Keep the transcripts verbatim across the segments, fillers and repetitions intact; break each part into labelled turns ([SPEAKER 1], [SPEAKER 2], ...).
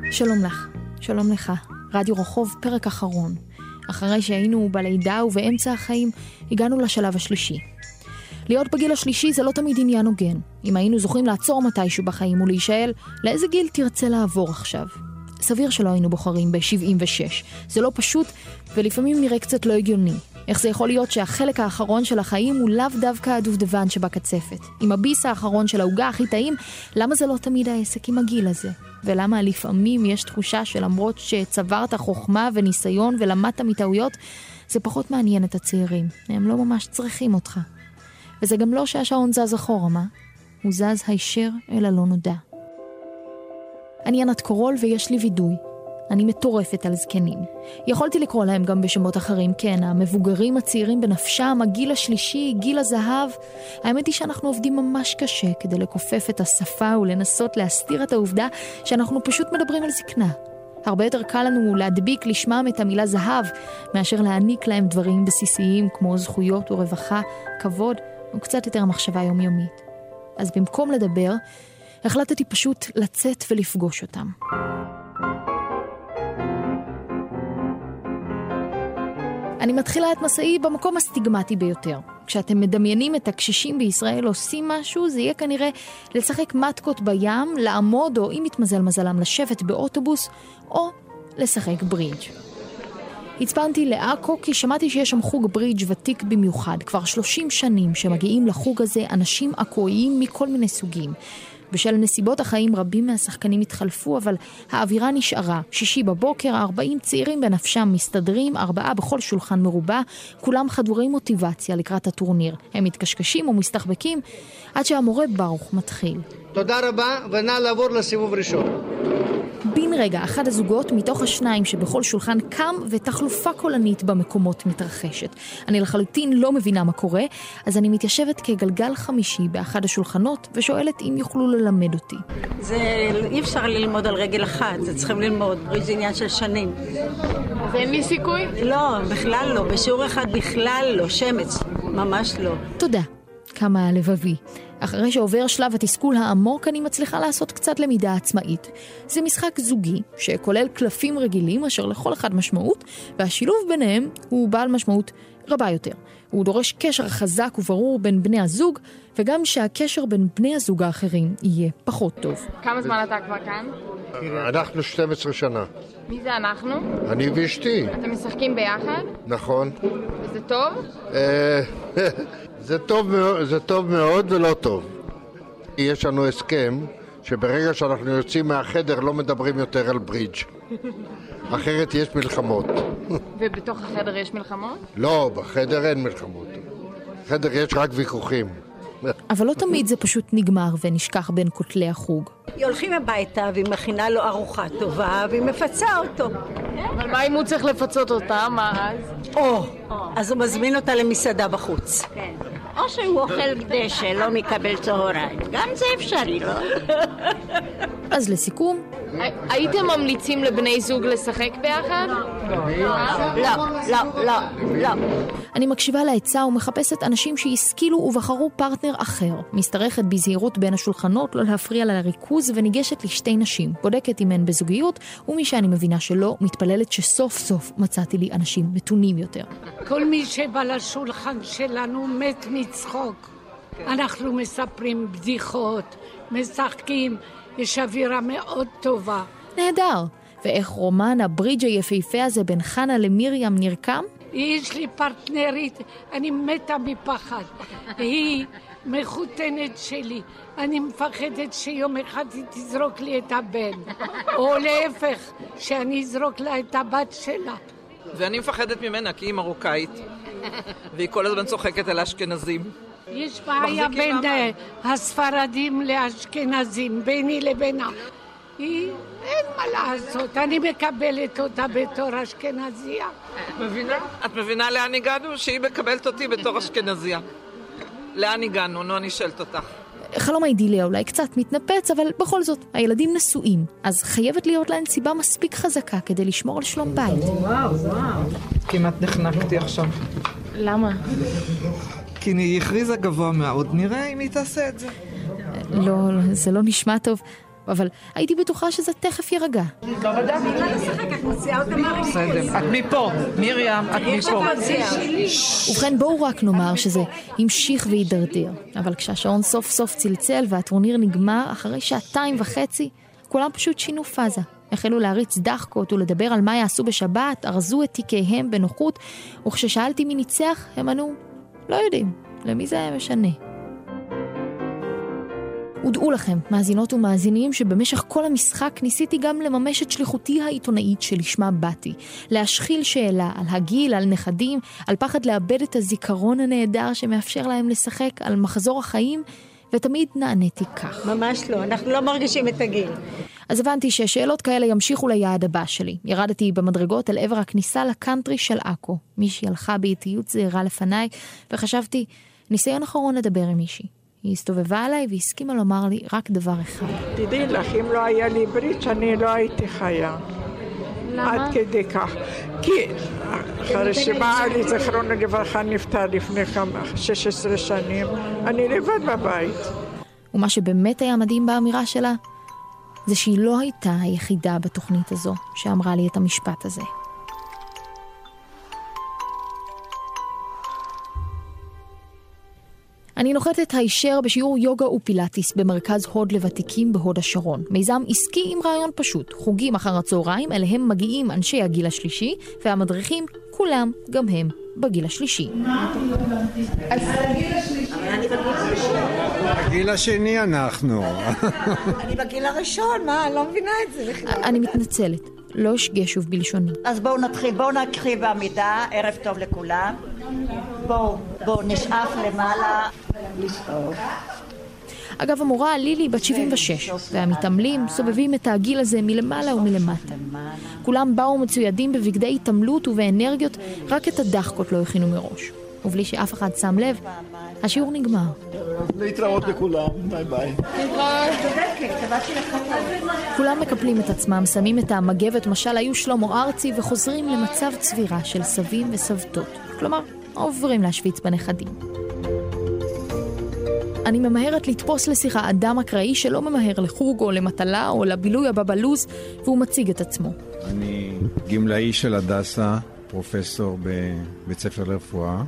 [SPEAKER 1] שלום לך, שלום לך. רדיו רחוב, פרק אחרון. אחרי שהיינו בלידה ובאמצע החיים, הגענו לשלב השלישי. להיות בגיל השלישי זה לא תמיד עניין הוגן. אם היינו זוכים לעצור מתישהו בחיים ולהישאל, לאיזה גיל תרצה לעבור עכשיו? סביר שלא היינו בוחרים ב-שבעים ושש. זה לא פשוט, ולפעמים נראה קצת לא הגיוני. איך זה יכול להיות שהחלק האחרון של החיים הוא לאו דווקא הדובדבן שבקצפת? עם הביס האחרון של ההוגה הכי טעים, למה זה לא תמיד העסק עם הגיל הזה? ולמה לפעמים יש תחושה שלמרות שצברת חוכמה וניסיון ולמדת מטעויות, זה פחות מעניין את הצעירים. הם לא ממש צריכים אותך. וזה גם לא שהשעון זז אחורה, מה? הוא זז הישר אל הלא נודע. אני ענת קורול ויש לי וידוי. אני מטורפת על זקנים. יכולתי לקרוא להם גם בשמות אחרים, כן, המבוגרים הצעירים בנפשם, הגיל השלישי, גיל הזהב. האמת היא שאנחנו עובדים ממש קשה כדי לקופף את השפה ולנסות להסתיר את העובדה שאנחנו פשוט מדברים על זקנה. הרבה יותר קל לנו להדביק לשמם את המילה זהב, מאשר להעניק להם דברים בסיסיים כמו זכויות ורווחה, כבוד וקצת יותר מחשבה יומיומית. אז במקום לדבר, החלטתי פשוט לצאת ולפגוש אותם. אני מתחילה את מסעי במקום הסטיגמטי ביותר. כשאתם מדמיינים את הקשישים בישראל עושים משהו, זה יהיה כנראה לשחק מתקות בים, לעמוד או אם יתמזל מזלם לשבת באוטובוס, או לשחק ברידג'. הצפנתי לעכו כי שמעתי שיש שם חוג ברידג' ותיק במיוחד. כבר שלושים שנים שמגיעים לחוג הזה אנשים עכואיים מכל מיני סוגים. בשל נסיבות החיים רבים מהשחקנים התחלפו, אבל האווירה נשארה. שישי בבוקר, ארבעים צעירים בנפשם מסתדרים, ארבעה בכל שולחן מרובע, כולם חדורי מוטיבציה לקראת הטורניר. הם מתקשקשים ומסתחבקים, עד שהמורה ברוך מתחיל.
[SPEAKER 2] תודה רבה, ונא לעבור לסיבוב ראשון.
[SPEAKER 1] בין רגע, אחד הזוגות מתוך השניים שבכל שולחן קם ותחלופה קולנית במקומות מתרחשת. אני לחלוטין לא מבינה מה קורה, אז אני מתיישבת כגלגל חמישי באחד השולחנות ושואלת אם יוכלו ללמד אותי.
[SPEAKER 3] זה אי אפשר ללמוד על רגל אחת, זה צריכים ללמוד, זה עניין של שנים.
[SPEAKER 4] אז אין לי סיכוי?
[SPEAKER 3] לא, בכלל לא, בשיעור אחד בכלל לא, שמץ, ממש לא.
[SPEAKER 1] תודה, כמה לבבי. אחרי שעובר שלב התסכול העמוק, אני מצליחה לעשות קצת למידה עצמאית. זה משחק זוגי, שכולל קלפים רגילים, אשר לכל אחד משמעות, והשילוב ביניהם הוא בעל משמעות רבה יותר. הוא דורש קשר חזק וברור בין בני הזוג, וגם שהקשר בין בני הזוג האחרים יהיה פחות טוב.
[SPEAKER 4] כמה זמן אתה כבר כאן?
[SPEAKER 2] אנחנו שתים עשרה שנה.
[SPEAKER 4] מי זה אנחנו?
[SPEAKER 2] אני ואשתי.
[SPEAKER 4] אתם משחקים ביחד?
[SPEAKER 2] נכון.
[SPEAKER 4] וזה טוב?
[SPEAKER 2] זה טוב מאוד, זה טוב מאוד ולא טוב. יש לנו הסכם שברגע שאנחנו יוצאים מהחדר לא מדברים יותר על ברידג'. אחרת יש מלחמות.
[SPEAKER 4] ובתוך החדר יש מלחמות?
[SPEAKER 2] לא, בחדר אין מלחמות. בחדר יש רק ויכוחים.
[SPEAKER 1] אבל לא תמיד זה פשוט נגמר ונשכח בין כותלי החוג.
[SPEAKER 3] היא הולכים הביתה והיא מכינה לו ארוחה טובה והיא מפצה אותו.
[SPEAKER 4] אבל מה אם הוא צריך לפצות אותה? מה אז?
[SPEAKER 3] או, אז הוא מזמין אותה למסעדה בחוץ.
[SPEAKER 5] כן. או שהוא אוכל כדי שלא מקבל צהריים. גם זה אפשרי, לא?
[SPEAKER 1] אז לסיכום,
[SPEAKER 4] הייתם ממליצים לבני זוג לשחק ביחד?
[SPEAKER 5] לא, לא, לא, לא.
[SPEAKER 1] אני מקשיבה להצעה ומחפשת אנשים שהשכילו ובחרו פרטנר אחר. מסתרכת בזהירות בין השולחנות, לא להפריע לה לריכוז, וניגשת לשתי נשים. בודקת אם הן בזוגיות, ומי שאני מבינה שלא, מתפללת שסוף סוף מצאתי לי אנשים מתונים יותר.
[SPEAKER 6] כל מי שבא לשולחן שלנו מת מצחוק. אנחנו מספרים בדיחות, משחקים, יש אווירה מאוד טובה.
[SPEAKER 1] נהדר. ואיך רומן הברידג' היפהפה הזה בין חנה למרים נרקם?
[SPEAKER 6] יש לי פרטנרית, אני מתה מפחד. היא מחותנת שלי. אני מפחדת שיום אחד היא תזרוק לי את הבן. או להפך, שאני אזרוק לה את הבת שלה.
[SPEAKER 7] ואני מפחדת ממנה כי היא מרוקאית. והיא כל הזמן צוחקת על האשכנזים.
[SPEAKER 6] יש בעיה בין הספרדים לאשכנזים, ביני לבינה. היא, אין מה לעשות, אני מקבלת אותה בתור אשכנזיה.
[SPEAKER 7] מבינה? את מבינה לאן הגענו? שהיא מקבלת אותי בתור אשכנזיה. לאן הגענו? נו, אני שואלת אותך.
[SPEAKER 1] חלום האידיליה אולי קצת מתנפץ, אבל בכל זאת, הילדים נשואים, אז חייבת להיות להן סיבה מספיק חזקה כדי לשמור על שלום בית.
[SPEAKER 7] וואו, וואו. כמעט נחנקתי עכשיו.
[SPEAKER 4] למה?
[SPEAKER 7] כי היא הכריזה גבוה מאוד, נראה אם היא תעשה את זה.
[SPEAKER 1] לא, זה לא נשמע טוב. אבל הייתי בטוחה שזה תכף יירגע.
[SPEAKER 7] לא בדקתי. בסדר. את מפה, מרים, את מפה.
[SPEAKER 1] ובכן, בואו רק נאמר שזה המשיך והידרדר. אבל כשהשעון סוף סוף צלצל והטורניר נגמר, אחרי שעתיים וחצי, כולם פשוט שינו פאזה. החלו להריץ דחקות ולדבר על מה יעשו בשבת, ארזו את תיקיהם בנוחות, וכששאלתי מי ניצח, הם ענו, לא יודעים, למי זה היה משנה. ודעו לכם, מאזינות ומאזינים, שבמשך כל המשחק ניסיתי גם לממש את שליחותי העיתונאית שלשמה באתי. להשחיל שאלה על הגיל, על נכדים, על פחד לאבד את הזיכרון הנהדר שמאפשר להם לשחק, על מחזור החיים, ותמיד נעניתי כך.
[SPEAKER 3] ממש לא, אנחנו לא מרגישים את הגיל.
[SPEAKER 1] אז הבנתי ששאלות כאלה ימשיכו ליעד הבא שלי. ירדתי במדרגות אל עבר הכניסה לקאנטרי של אקו. מישהי הלכה באיטיות זהירה לפניי, וחשבתי, ניסיון אחרון לדבר עם מישהי. היא הסתובבה עליי והסכימה לומר לי רק דבר אחד.
[SPEAKER 8] תדעי לך, אם לא היה לי ברית, אני לא הייתי חיה. למה? עד כדי כך. כי אחרי שבעלי זכרונו לברכה נפטר לפני שש עשרה שנים, אני לבד בבית.
[SPEAKER 1] ומה שבאמת היה מדהים באמירה שלה, זה שהיא לא הייתה היחידה בתוכנית הזו שאמרה לי את המשפט הזה. אני נוחתת הישר בשיעור יוגה ופילאטיס במרכז הוד לוותיקים בהוד השרון. מיזם עסקי עם רעיון פשוט. חוגים אחר הצהריים, אליהם מגיעים אנשי הגיל השלישי, והמדריכים כולם גם הם בגיל השלישי.
[SPEAKER 8] אז בגיל השלישי. אני בגיל השלישי.
[SPEAKER 9] בגיל השני אנחנו.
[SPEAKER 8] אני בגיל הראשון, מה? אני לא מבינה את זה.
[SPEAKER 1] אני מתנצלת. לא אשגה שוב בלשוני.
[SPEAKER 5] אז בואו נתחיל, בואו נקריא בעמידה, ערב טוב לכולם. בואו, בואו נשאף למעלה, לשאוף.
[SPEAKER 1] אגב, המורה לילי בת שבעים ושש, והמתעמלים סובבים את הגיל הזה מלמעלה ומלמטה. כולם באו מצוידים בבגדי התעמלות ובאנרגיות, רק את הדחקות לא הכינו מראש. ובלי שאף אחד שם לב, השיעור נגמר.
[SPEAKER 9] להתראות לכולם, ביי ביי.
[SPEAKER 1] כולם מקפלים את עצמם, שמים את המגבת משל היו שלמה ארצי וחוזרים למצב צבירה של סבים וסבתות. כלומר, עוברים להשוויץ בנכדים. אני ממהרת לתפוס לשיחה אדם אקראי שלא ממהר לחוג או למטלה או לבילוי הבבלוז, והוא מציג את עצמו.
[SPEAKER 9] אני גמלאי של הדסה, פרופסור בבית ספר לרפואה,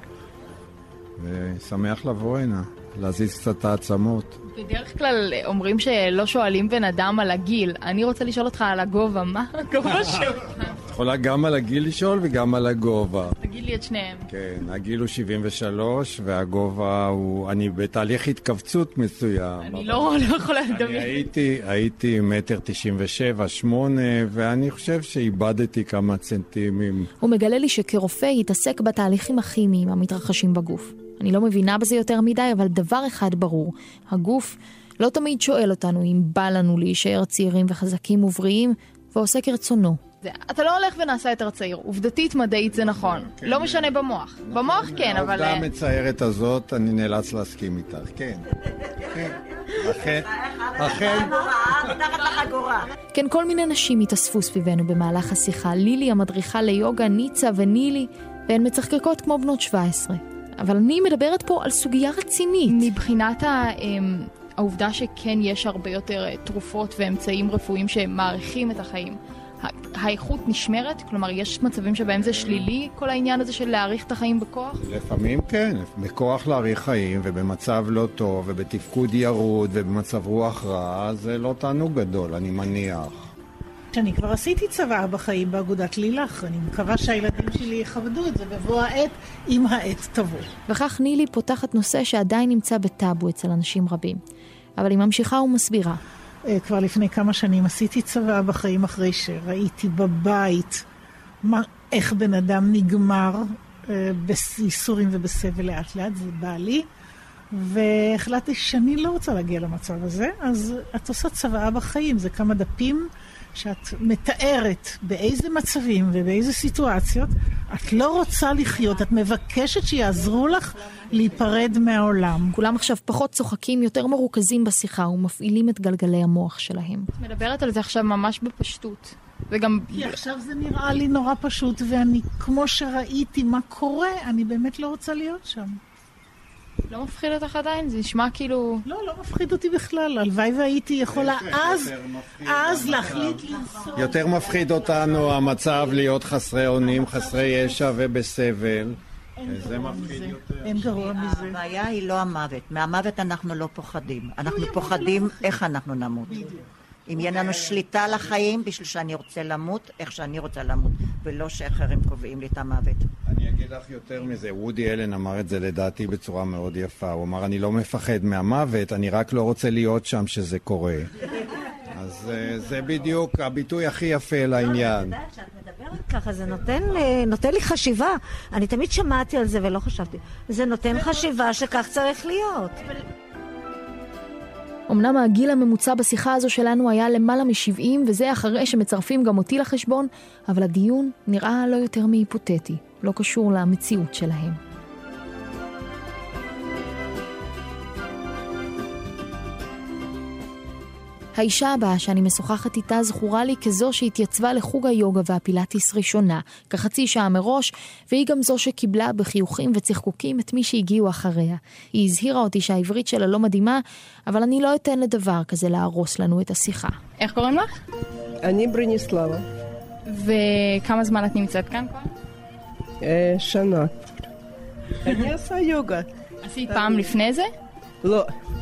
[SPEAKER 9] ושמח לבוא הנה, להזיז קצת העצמות.
[SPEAKER 4] בדרך כלל אומרים שלא שואלים בן אדם על הגיל. אני רוצה לשאול אותך על הגובה. מה הגובה שלך?
[SPEAKER 9] יכולה גם על הגיל לשאול וגם על הגובה.
[SPEAKER 4] תגיד לי את שניהם.
[SPEAKER 9] כן, הגיל הוא שבעים ושלוש והגובה הוא... אני בתהליך התכווצות מסוים.
[SPEAKER 4] אני לא, לא יכולה לדבר.
[SPEAKER 9] אני הייתי, הייתי מטר תשעים ושבע, שמונה, ואני חושב שאיבדתי כמה צנטימים.
[SPEAKER 1] הוא מגלה לי שכרופא התעסק בתהליכים הכימיים המתרחשים בגוף. אני לא מבינה בזה יותר מדי, אבל דבר אחד ברור. הגוף לא תמיד שואל אותנו אם בא לנו להישאר צעירים וחזקים ובריאים, ועושה כרצונו.
[SPEAKER 4] זה, אתה לא הולך ונעשה יותר צעיר. עובדתית מדעית זה נכון. כן. לא משנה במוח. נכון. במוח כן, אבל...
[SPEAKER 9] העובדה המצערת הזאת, אני נאלץ להסכים איתך. כן. כן. אכן. אכן.
[SPEAKER 1] כן, כל מיני נשים התאספו סביבנו במהלך השיחה. לילי, המדריכה ליוגה, ניצה ונילי, והן מצחקקות כמו בנות שבע עשרה. אבל אני מדברת פה על סוגיה רצינית.
[SPEAKER 4] מבחינת ה... העובדה שכן יש הרבה יותר תרופות ואמצעים רפואיים שמעריכים את החיים. האיכות נשמרת? כלומר, יש מצבים שבהם זה שלילי, כל העניין הזה של להאריך את החיים בכוח?
[SPEAKER 9] לפעמים כן, בכוח להאריך חיים ובמצב לא טוב ובתפקוד ירוד ובמצב רוח רע, זה לא תענוג גדול, אני מניח.
[SPEAKER 10] שאני כבר עשיתי צבא בחיים באגודת לילך, אני מקווה שהילדים שלי יכבדו את זה בבוא העת, אם העת תבוא.
[SPEAKER 1] וכך נילי פותחת נושא שעדיין נמצא בטאבו אצל אנשים רבים. אבל היא ממשיכה ומסבירה.
[SPEAKER 10] כבר לפני כמה שנים עשיתי צבא בחיים אחרי שראיתי בבית מה, איך בן אדם נגמר בייסורים ובסבל לאט לאט, זה בא לי, והחלטתי שאני לא רוצה להגיע למצב הזה, אז את עושה צבא בחיים, זה כמה דפים שאת מתארת באיזה מצבים ובאיזה סיטואציות את לא רוצה לחיות, את מבקשת שיעזרו לך להיפרד מהעולם.
[SPEAKER 1] כולם עכשיו פחות צוחקים, יותר מרוכזים בשיחה ומפעילים את גלגלי המוח שלהם.
[SPEAKER 4] את מדברת על זה עכשיו ממש בפשטות. וגם...
[SPEAKER 10] כי עכשיו זה נראה לי נורא פשוט, ואני כמו שראיתי מה קורה, אני באמת לא רוצה להיות שם.
[SPEAKER 4] לא מפחיד אותך עדיין? זה נשמע כאילו...
[SPEAKER 10] לא, לא מפחיד אותי בכלל. הלוואי והייתי יכולה אז, אז להחליט לנסוע.
[SPEAKER 9] יותר מפחיד אותנו המצב להיות חסרי אונים, חסרי ישע ובסבל. זה מפחיד יותר.
[SPEAKER 10] אין גרוע מזה.
[SPEAKER 5] הבעיה היא לא המוות. מהמוות אנחנו לא פוחדים. אנחנו פוחדים איך אנחנו נמות. אם יהיה לנו שליטה על החיים, בשביל שאני רוצה למות, איך שאני רוצה למות, ולא שאחרים קובעים לי את המוות.
[SPEAKER 9] אני אגיד לך יותר מזה, וודי אלן אמר את זה לדעתי בצורה מאוד יפה. הוא אמר, אני לא מפחד מהמוות, אני רק לא רוצה להיות שם שזה קורה. אז זה בדיוק הביטוי הכי יפה לעניין.
[SPEAKER 11] כשאת מדברת ככה, זה נותן, נותן לי חשיבה. אני תמיד שמעתי על זה ולא חשבתי. זה נותן חשיבה שכך צריך להיות.
[SPEAKER 1] אמנם הגיל הממוצע בשיחה הזו שלנו היה למעלה מ-שבעים, וזה אחרי שמצרפים גם אותי לחשבון, אבל הדיון נראה לא יותר מהיפותטי, לא קשור למציאות שלהם. האישה הבאה שאני משוחחת איתה זכורה לי כזו שהתייצבה לחוג היוגה והפילאטיס ראשונה, כחצי שעה מראש, והיא גם זו שקיבלה בחיוכים וצחקוקים את מי שהגיעו אחריה. היא הזהירה אותי שהעברית שלה לא מדהימה, אבל אני לא אתן לדבר כזה להרוס לנו את השיחה.
[SPEAKER 4] איך קוראים לך?
[SPEAKER 12] אני ברוניסלבה.
[SPEAKER 4] וכמה זמן את נמצאת כאן כבר?
[SPEAKER 12] שנה. אני עושה יוגה.
[SPEAKER 4] עשית פעם לפני זה?
[SPEAKER 12] לא.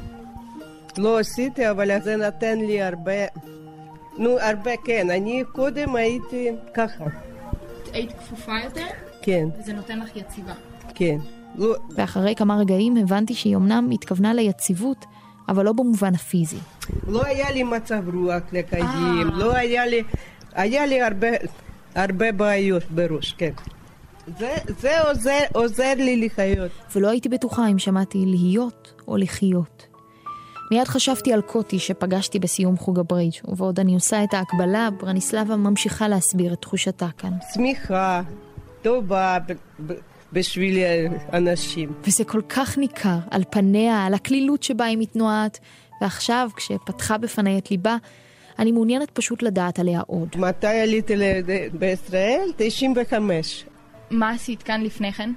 [SPEAKER 12] לא עשיתי, אבל זה נתן לי הרבה, נו הרבה כן, אני קודם הייתי ככה.
[SPEAKER 4] היית כפופה יותר?
[SPEAKER 12] כן.
[SPEAKER 4] וזה נותן לך יציבה?
[SPEAKER 12] כן. לא.
[SPEAKER 1] ואחרי כמה רגעים הבנתי שהיא אמנם התכוונה ליציבות, אבל לא במובן הפיזי.
[SPEAKER 12] לא היה לי מצב רוח לקיים, לא היה לי, היה לי הרבה, הרבה בעיות בראש, כן. זה, זה עוזר, עוזר לי לחיות.
[SPEAKER 1] ולא הייתי בטוחה אם שמעתי להיות או לחיות. מיד חשבתי על קוטי שפגשתי בסיום חוג הברידג', ובעוד אני עושה את ההקבלה, ברניסלבה ממשיכה להסביר את תחושתה כאן.
[SPEAKER 12] שמחה, טובה ב- ב- בשביל אנשים.
[SPEAKER 1] וזה כל כך ניכר על פניה, על הכלילות שבה היא מתנועת, ועכשיו כשפתחה בפני את ליבה, אני מעוניינת פשוט לדעת עליה עוד.
[SPEAKER 12] מתי עליתי בישראל? תשעים וחמש.
[SPEAKER 4] מה עשית כאן לפני כן?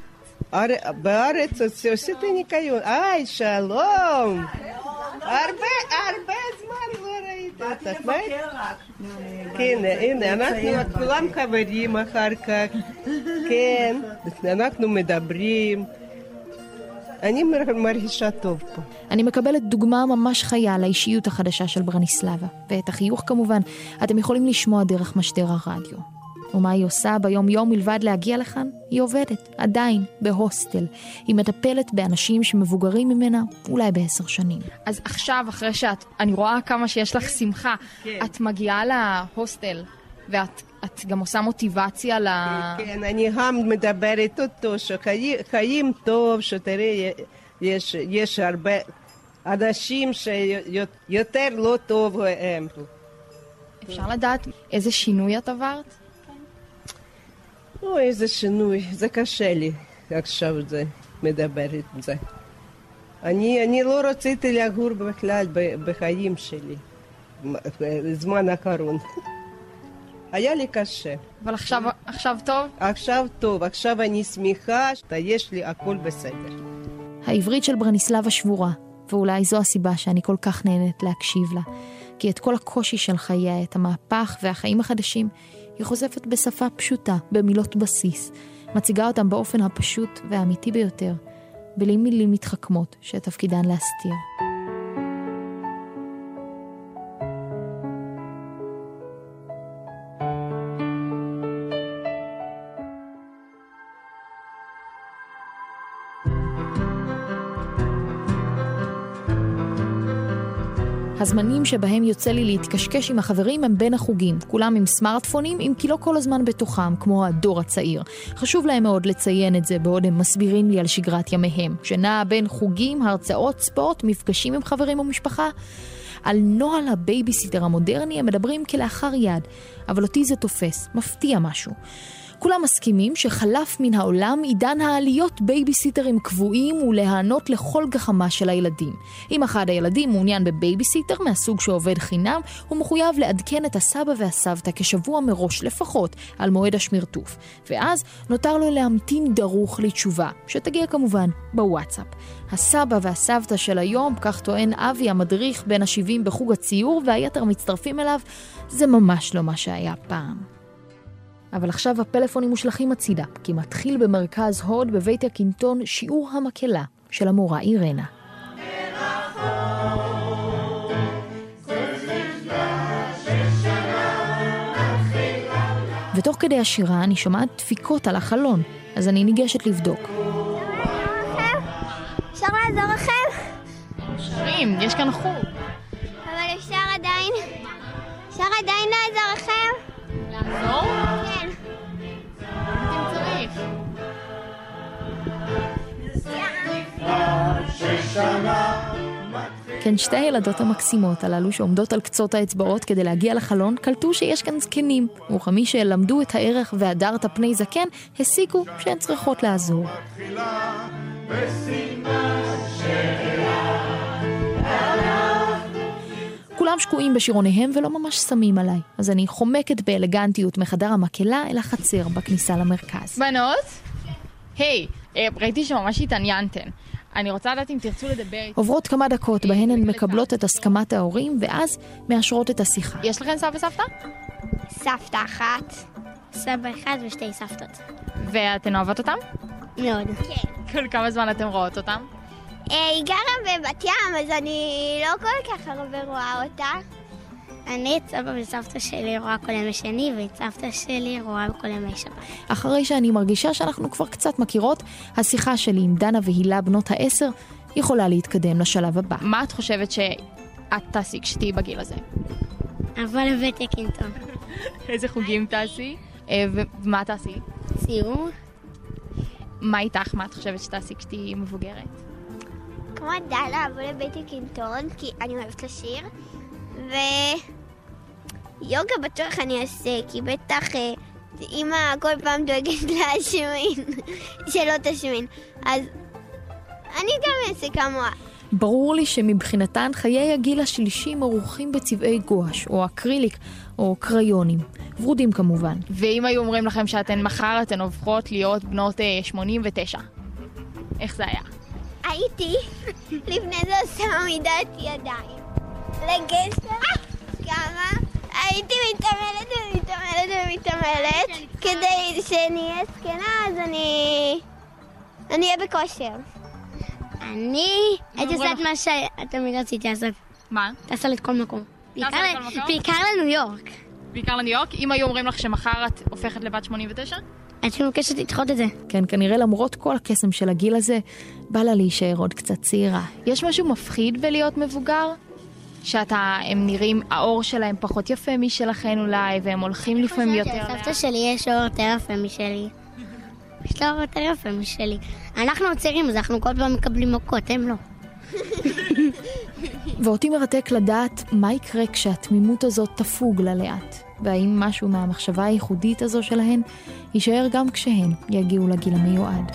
[SPEAKER 12] בארץ עשיתי ניקיון. היי, שלום! הרבה, הרבה זמן לא ראיתי אותך. כן, הנה, אנחנו כולם חברים אחר כך. כן, אנחנו מדברים. אני מרגישה טוב פה.
[SPEAKER 1] אני מקבלת דוגמה ממש חיה לאישיות החדשה של ברניסלבה. ואת החיוך כמובן, אתם יכולים לשמוע דרך משדר הרדיו. ומה היא עושה ביום יום מלבד להגיע לכאן? היא עובדת, עדיין, בהוסטל. היא מטפלת באנשים שמבוגרים ממנה, אולי בעשר שנים.
[SPEAKER 4] אז עכשיו, אחרי שאת, אני רואה כמה שיש לך שמחה, כן. את מגיעה להוסטל, ואת את גם עושה מוטיבציה ל...
[SPEAKER 12] כן, אני גם מדברת אותו, שחיים טוב, שתראה, יש, יש הרבה אנשים שיותר לא טוב הם.
[SPEAKER 4] אפשר לדעת איזה שינוי את עברת?
[SPEAKER 12] או איזה שינוי, זה קשה לי עכשיו זה, מדברת את זה. אני, אני לא רציתי לגור בכלל בחיים שלי, זמן האחרון. היה לי קשה.
[SPEAKER 4] אבל עכשיו, עכשיו טוב?
[SPEAKER 12] עכשיו טוב, עכשיו אני שמחה, יש לי הכל בסדר.
[SPEAKER 1] העברית של ברניסלבה שבורה, ואולי זו הסיבה שאני כל כך נהנית להקשיב לה. כי את כל הקושי של חייה, את המהפך והחיים החדשים, היא חושפת בשפה פשוטה, במילות בסיס, מציגה אותם באופן הפשוט והאמיתי ביותר, בלי מילים מתחכמות שתפקידן להסתיר. הזמנים שבהם יוצא לי להתקשקש עם החברים הם בין החוגים, כולם עם סמארטפונים, אם כי לא כל הזמן בתוכם, כמו הדור הצעיר. חשוב להם מאוד לציין את זה בעוד הם מסבירים לי על שגרת ימיהם, שנע בין חוגים, הרצאות, ספורט, מפגשים עם חברים ומשפחה. על נוהל הבייביסיטר המודרני הם מדברים כלאחר יד, אבל אותי זה תופס, מפתיע משהו. כולם מסכימים שחלף מן העולם עידן העליות בייביסיטרים קבועים ולהענות לכל גחמה של הילדים. אם אחד הילדים מעוניין בבייביסיטר מהסוג שעובד חינם, הוא מחויב לעדכן את הסבא והסבתא כשבוע מראש לפחות על מועד השמרטוף. ואז נותר לו להמתין דרוך לתשובה, שתגיע כמובן בוואטסאפ. הסבא והסבתא של היום, כך טוען אבי המדריך בין ה-שבעים בחוג הציור והיתר מצטרפים אליו, זה ממש לא מה שהיה פעם. אבל עכשיו הפלאפונים מושלכים הצידה, כי מתחיל במרכז הוד בבית הקינטון שיעור המקהלה של המורה אירנה. ותוך כדי השירה אני שומעת דפיקות על החלון, אז אני ניגשת לבדוק.
[SPEAKER 13] אפשר לעזור לכם?
[SPEAKER 4] שרים, יש כאן חוג.
[SPEAKER 13] אבל אפשר עדיין, אפשר עדיין לעזור לכם?
[SPEAKER 4] לעזור?
[SPEAKER 13] כן.
[SPEAKER 4] אתם צריך.
[SPEAKER 1] כן, שתי הילדות המקסימות הללו שעומדות על קצות האצבעות כדי להגיע לחלון, קלטו שיש כאן זקנים, וכמי שלמדו את הערך והדרת פני זקן, הסיקו שהן צריכות לעזור. כולם שקועים בשירוניהם ולא ממש שמים עליי, אז אני חומקת באלגנטיות מחדר המקהלה אל החצר בכניסה למרכז.
[SPEAKER 4] בנות? היי, ראיתי שממש התעניינתן. אני רוצה לדעת אם תרצו לדבר.
[SPEAKER 1] עוברות כמה דקות בהן הן מקבלות את הסכמת ההורים ואז מאשרות את השיחה.
[SPEAKER 4] יש לכם סבא וסבתא?
[SPEAKER 13] סבתא אחת, סבא אחד ושתי סבתות.
[SPEAKER 4] ואתן אוהבות אותם?
[SPEAKER 13] מאוד. כן.
[SPEAKER 4] כל כמה זמן אתם רואות אותם?
[SPEAKER 13] היא גרה בבת ים, אז אני לא כל כך הרבה רואה אותה. אני את סבא וסבתא שלי רואה כל ימי שני, ואת סבתא שלי רואה כל ימי שבת.
[SPEAKER 1] אחרי שאני מרגישה שאנחנו כבר קצת מכירות, השיחה שלי עם דנה והילה בנות העשר יכולה להתקדם לשלב הבא.
[SPEAKER 4] מה את חושבת שאת תעשי כשתהיי בגיל הזה?
[SPEAKER 13] אבל לבית הקינטון.
[SPEAKER 4] איזה חוגים תעשי? ומה תעשי?
[SPEAKER 13] ציור.
[SPEAKER 4] מה איתך? מה את חושבת שתעשי כשתהיי מבוגרת?
[SPEAKER 13] כמו דנה, אבוא לבית הקינטון, כי אני אוהבת לשיר. ויוגה בטוח אני אעשה, כי בטח אמא כל פעם דואגת להשמין, שלא תשמין. אז אני גם אעשה כמוה.
[SPEAKER 1] ברור לי שמבחינתן חיי הגיל השלישי מרוחים בצבעי גואש, או אקריליק, או קריונים. ורודים כמובן.
[SPEAKER 4] ואם היו אומרים לכם שאתן מחר אתן הופכות להיות בנות שמונים ותשע, איך זה היה?
[SPEAKER 13] הייתי לפני זה עושה עמידת ידיים. לגשת כמה הייתי מתעמלת ומתעמלת ומתעמלת כדי שנהיה זקנה, אז אני אני אהיה בכושר. אני הייתי עושה את מה שתמיד רציתי לעשות.
[SPEAKER 4] מה?
[SPEAKER 13] טסה לכל מקום, בעיקר לניו יורק.
[SPEAKER 4] בעיקר לניו יורק? אם היו אומרים לך שמחר את הופכת לבת שמונים ותשע?
[SPEAKER 13] הייתי מבקשת לדחות את זה.
[SPEAKER 1] כן, כנראה למרות כל הקסם של הגיל הזה, בא לה להישאר עוד קצת צעירה.
[SPEAKER 4] יש משהו מפחיד בלהיות מבוגר? שאתה, הם נראים, האור שלהם פחות יפה משלכן אולי, והם הולכים לפעמים יותר לאט.
[SPEAKER 13] לסבתא שלי יש אור יותר יפה משלי. יש לה אור יותר יפה משלי. אנחנו צעירים, אז אנחנו כל פעם מקבלים מכות, הם לא.
[SPEAKER 1] ואותי מרתק לדעת מה יקרה כשהתמימות הזאת תפוג לה לאט. והאם משהו מהמחשבה הייחודית הזו שלהן יישאר גם כשהן יגיעו לגיל המיועד.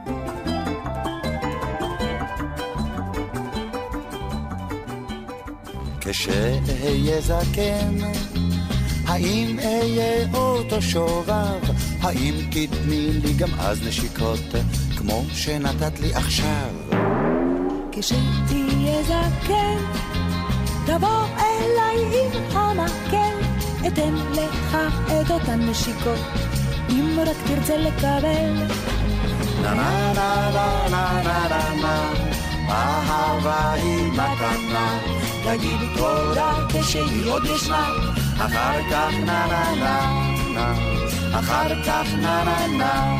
[SPEAKER 14] כשאהיה זקן, האם אהיה אותו שובב? האם תתני לי גם אז נשיקות כמו שנתת לי עכשיו?
[SPEAKER 15] כשתהיה זקן, תבוא אליי עם המקל, אתן לך את אותן נשיקות, אם רק תרצה לקבל.
[SPEAKER 14] נה נה נה נה נה נה נה נה, אהבה היא מתנה, תגיד תודה כשהיא עוד ישנה, אחר כך נה נה נה נה, אחר כך נה נה נה.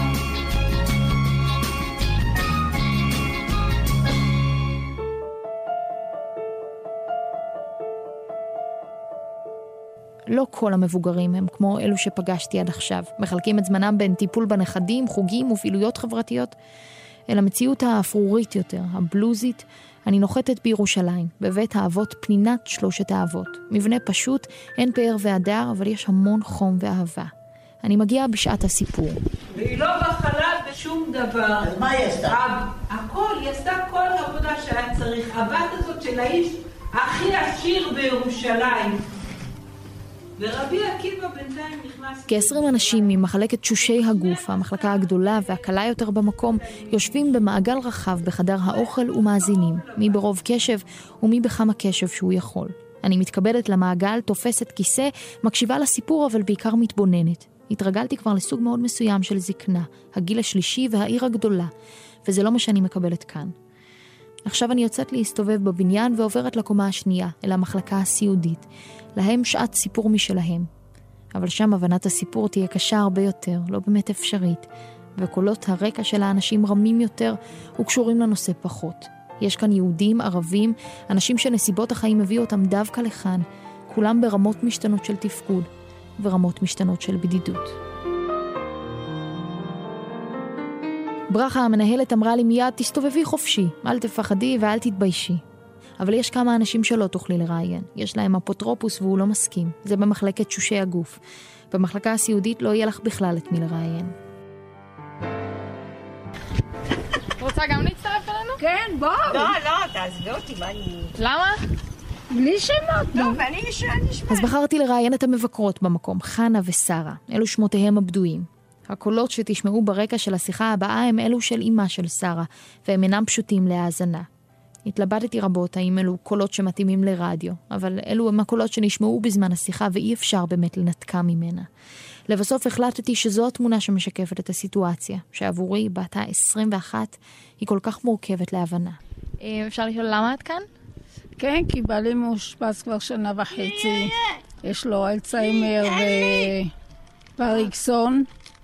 [SPEAKER 1] לא כל המבוגרים הם כמו אלו שפגשתי עד עכשיו, מחלקים את זמנם בין טיפול בנכדים, חוגים ופעילויות חברתיות, אל המציאות האפרורית יותר, הבלוזית. אני נוחתת בירושלים, בבית האבות פנינת שלושת האבות. מבנה פשוט, אין פאר והדר, אבל יש המון חום ואהבה. אני מגיעה בשעת הסיפור.
[SPEAKER 16] והיא לא בחלה בשום דבר.
[SPEAKER 5] אז מה היא עשתה?
[SPEAKER 16] הכל, היא עשתה כל העבודה שהיה צריך. הבת הזאת של האיש הכי עשיר בירושלים. ורבי עקיבא בינתיים נכנס...
[SPEAKER 1] כ-עשרים אנשים ממחלקת שושי הגוף, המחלקה הגדולה והקלה יותר במקום, יושבים במעגל רחב בחדר האוכל ומאזינים, מי ברוב קשב ומי בכמה קשב שהוא יכול. אני מתכבדת למעגל, תופסת כיסא, מקשיבה לסיפור אבל בעיקר מתבוננת. התרגלתי כבר לסוג מאוד מסוים של זקנה, הגיל השלישי והעיר הגדולה, וזה לא מה שאני מקבלת כאן. עכשיו אני יוצאת להסתובב בבניין ועוברת לקומה השנייה, אל המחלקה הסיעודית. להם שעת סיפור משלהם. אבל שם הבנת הסיפור תהיה קשה הרבה יותר, לא באמת אפשרית, וקולות הרקע של האנשים רמים יותר וקשורים לנושא פחות. יש כאן יהודים, ערבים, אנשים שנסיבות החיים הביאו אותם דווקא לכאן, כולם ברמות משתנות של תפקוד, ורמות משתנות של בדידות. ברכה המנהלת אמרה לי מיד, תסתובבי חופשי, אל תפחדי ואל תתביישי. אבל יש כמה אנשים שלא תוכלי לראיין. יש להם אפוטרופוס והוא לא מסכים. זה במחלקת שושי הגוף. במחלקה הסיעודית לא יהיה לך בכלל את מי לראיין.
[SPEAKER 4] רוצה גם להצטרף אלינו?
[SPEAKER 17] כן, בואו.
[SPEAKER 5] לא, לא, תעזבי אותי, מה אני...
[SPEAKER 4] למה?
[SPEAKER 17] בלי שמות.
[SPEAKER 5] לא, ואני נשמע.
[SPEAKER 1] אז בחרתי לראיין את המבקרות במקום, חנה ושרה. אלו שמותיהם הבדויים. הקולות שתשמעו ברקע של השיחה הבאה הם אלו של אמא של שרה, והם אינם פשוטים להאזנה. התלבטתי רבות האם אלו קולות שמתאימים לרדיו, אבל אלו הם הקולות שנשמעו בזמן השיחה ואי אפשר באמת לנתקה ממנה. לבסוף החלטתי שזו התמונה שמשקפת את הסיטואציה, שעבורי בת ה-עשרים ואחת היא כל כך מורכבת להבנה.
[SPEAKER 4] אפשר לשאול למה את כאן?
[SPEAKER 17] כן, כי בעלי מאושפז כבר שנה וחצי. יש לו אלצהיימר ופרקינסון,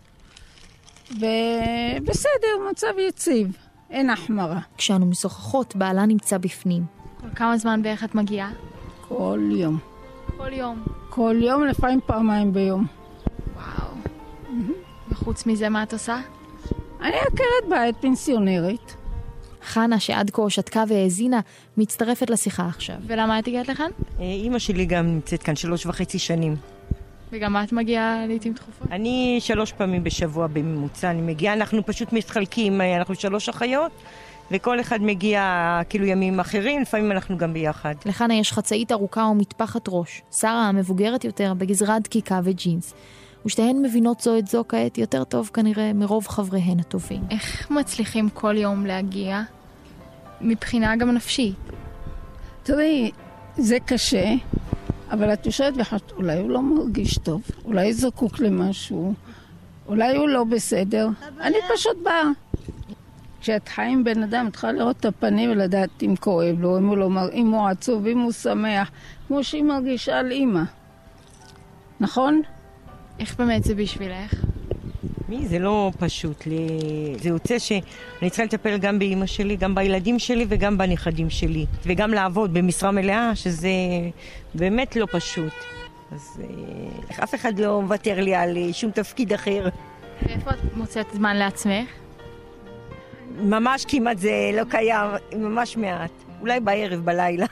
[SPEAKER 17] ובסדר, מצב יציב. אין החמרה.
[SPEAKER 1] כשאנו משוחחות, בעלה נמצא בפנים.
[SPEAKER 4] כל כמה זמן בערך את מגיעה?
[SPEAKER 17] כל יום.
[SPEAKER 4] כל יום?
[SPEAKER 17] כל יום, לפעמים פעמיים ביום.
[SPEAKER 4] וואו. וחוץ מזה, מה את עושה?
[SPEAKER 17] אני עקרת בית פנסיונרית.
[SPEAKER 1] חנה, שעד כה שתקה והאזינה, מצטרפת לשיחה עכשיו.
[SPEAKER 4] ולמה את הגעת לכאן?
[SPEAKER 18] אמא שלי גם נמצאת כאן שלוש וחצי שנים.
[SPEAKER 4] וגם את מגיעה לעתים תכופות?
[SPEAKER 18] אני שלוש פעמים בשבוע בממוצע, אני מגיעה, אנחנו פשוט מתחלקים, אנחנו שלוש אחיות, וכל אחד מגיע כאילו ימים אחרים, לפעמים אנחנו גם ביחד.
[SPEAKER 1] לחנה יש חצאית ארוכה ומטפחת ראש, שרה המבוגרת יותר בגזרה דקיקה וג'ינס, ושתיהן מבינות זו את זו כעת יותר טוב כנראה מרוב חבריהן הטובים.
[SPEAKER 4] איך מצליחים כל יום להגיע? מבחינה גם נפשית.
[SPEAKER 17] תראי, זה קשה. אבל את יושבת וחושבת, אולי הוא לא מרגיש טוב, אולי זקוק למשהו, אולי הוא לא בסדר. אני פשוט באה. כשאת חיה עם בן אדם, את יכולה לראות את הפנים ולדעת אם כואב לו, אם הוא, לא מר... אם הוא עצוב, אם הוא שמח, כמו שהיא מרגישה על אימא. נכון?
[SPEAKER 4] איך באמת זה בשבילך?
[SPEAKER 18] מי? זה לא פשוט. לי... זה יוצא שאני צריכה לטפל גם באמא שלי, גם בילדים שלי וגם בנכדים שלי. וגם לעבוד במשרה מלאה, שזה באמת לא פשוט. אז אף אחד לא מוותר לי על שום תפקיד אחר.
[SPEAKER 4] ואיפה את מוצאת זמן לעצמך?
[SPEAKER 18] ממש כמעט זה לא קיים, ממש מעט. אולי בערב, בלילה.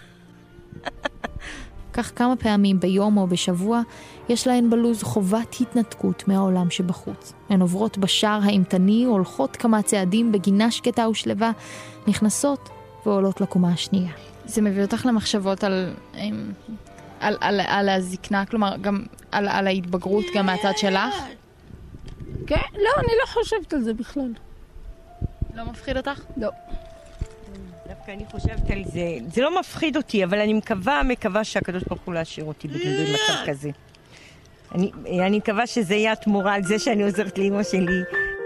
[SPEAKER 1] כך כמה פעמים ביום או בשבוע יש להן בלוז חובת התנתקות מהעולם שבחוץ. הן עוברות בשער האימתני, הולכות כמה צעדים בגינה שקטה ושלווה, נכנסות ועולות לקומה השנייה.
[SPEAKER 4] זה מביא אותך למחשבות על, על, על, על, על הזקנה, כלומר גם על, על ההתבגרות גם מהצד שלך?
[SPEAKER 17] כן, לא, אני לא חושבת על זה בכלל.
[SPEAKER 4] לא מפחיד אותך?
[SPEAKER 17] לא.
[SPEAKER 18] דווקא אני חושבת על זה, זה לא מפחיד אותי, אבל אני מקווה, מקווה שהקדוש ברוך הוא להשאיר אותי במצב כזה. אני, אני מקווה שזה יהיה התמורה על זה שאני עוזרת לאמא שלי.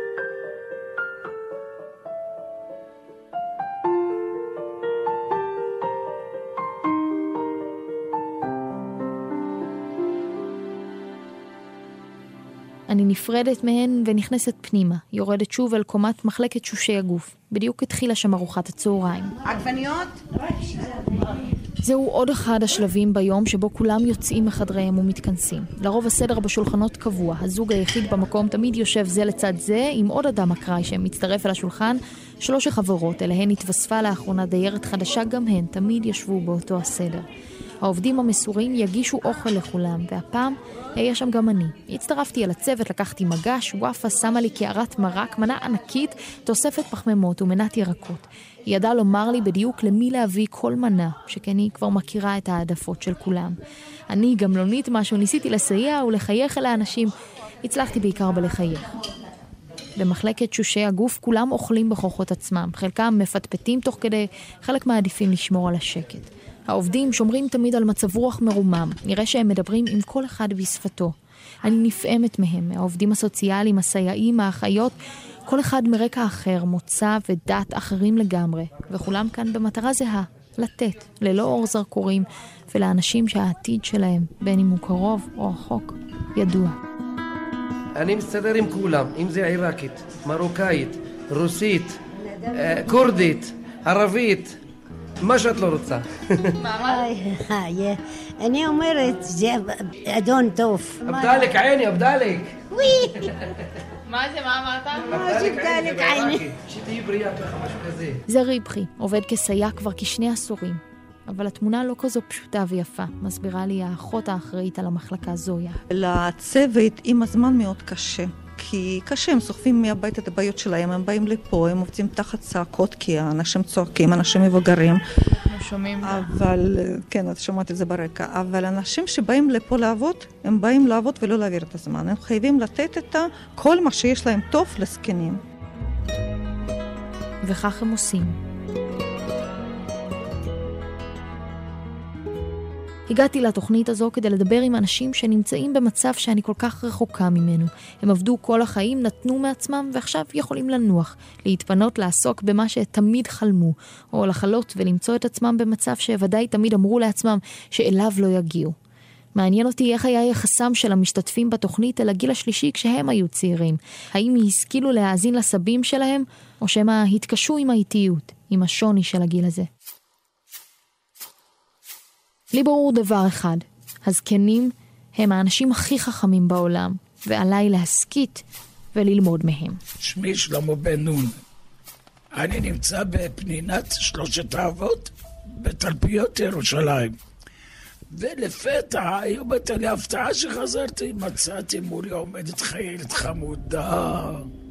[SPEAKER 1] אני נפרדת מהן ונכנסת פנימה, יורדת שוב אל קומת מחלקת שושי הגוף. בדיוק התחילה שם ארוחת הצהריים.
[SPEAKER 5] עגבניות?
[SPEAKER 1] זהו עוד אחד השלבים ביום שבו כולם יוצאים מחדריהם ומתכנסים. לרוב הסדר בשולחנות קבוע. הזוג היחיד במקום תמיד יושב זה לצד זה, עם עוד אדם אקראי שמצטרף אל השולחן. שלוש החברות, אליהן התווספה לאחרונה דיירת חדשה, גם הן תמיד ישבו באותו הסדר. העובדים המסורים יגישו אוכל לכולם, והפעם היה שם גם אני. הצטרפתי אל הצוות, לקחתי מגש, וואפה שמה לי קערת מרק, מנה ענקית, תוספת פחמימות ומנת ירקות. היא ידעה לומר לי בדיוק למי להביא כל מנה, שכן היא כבר מכירה את העדפות של כולם. אני גמלונית משהו, ניסיתי לסייע ולחייך אל האנשים, הצלחתי בעיקר בלחייך. במחלקת שושי הגוף כולם אוכלים בכוחות עצמם, חלקם מפטפטים תוך כדי, חלק מעדיפים לשמור על השקט. העובדים שומרים תמיד על מצב רוח מרומם, נראה שהם מדברים עם כל אחד בשפתו. אני נפעמת מהם, העובדים הסוציאליים, הסייעים, האחיות, כל אחד מרקע אחר, מוצא ודת אחרים לגמרי, וכולם כאן במטרה זהה, לתת, ללא אור זרקורים, ולאנשים שהעתיד שלהם, בין אם הוא קרוב או רחוק, ידוע.
[SPEAKER 19] אני מסתדר עם כולם, אם זה עיראקית, מרוקאית, רוסית, קורדית, ערבית, מה שאת לא רוצה.
[SPEAKER 20] אני אומרת, זה אדון טוב.
[SPEAKER 19] אבדלק עיני, אבדלק.
[SPEAKER 4] מה זה, מה אמרת?
[SPEAKER 20] אבדלק עיני.
[SPEAKER 19] שתהי בריאה ככה, משהו כזה.
[SPEAKER 1] זה ריבחי, עובד כסייע כבר כשני עשורים. אבל התמונה לא כזו פשוטה ויפה, מסבירה לי האחות האחראית על המחלקה זויה.
[SPEAKER 21] לצוות עם הזמן מאוד קשה, כי קשה, הם סוחבים מהבית את הבעיות שלהם, הם באים לפה, הם עובדים תחת צעקות, כי האנשים צועקים, אנשים מבוגרים.
[SPEAKER 4] שומעים.
[SPEAKER 21] אבל, כן, את שומעת את זה ברקע, אבל אנשים שבאים לפה לעבוד, הם באים לעבוד ולא להעביר את הזמן, הם חייבים לתת את כל מה שיש להם טוב לזקנים.
[SPEAKER 1] וכך הם עושים. הגעתי לתוכנית הזו כדי לדבר עם אנשים שנמצאים במצב שאני כל כך רחוקה ממנו. הם עבדו כל החיים, נתנו מעצמם, ועכשיו יכולים לנוח, להתפנות, לעסוק במה שתמיד חלמו, או לחלות ולמצוא את עצמם במצב שוודאי תמיד אמרו לעצמם שאליו לא יגיעו. מעניין אותי איך היה יחסם של המשתתפים בתוכנית אל הגיל השלישי כשהם היו צעירים. האם השכילו להאזין לסבים שלהם, או שמה התקשו עם האיטיות, עם השוני של הגיל הזה. לי ברור דבר אחד, הזקנים הם האנשים הכי חכמים בעולם, ועליי להסכית וללמוד מהם.
[SPEAKER 22] שמי שלמה בן נון, אני נמצא בפנינת שלושת האבות בתלפיות ירושלים, ולפתע היום הייתה לי הפתעה שחזרתי, מצאתי מולי עומדת חיילת חמודה,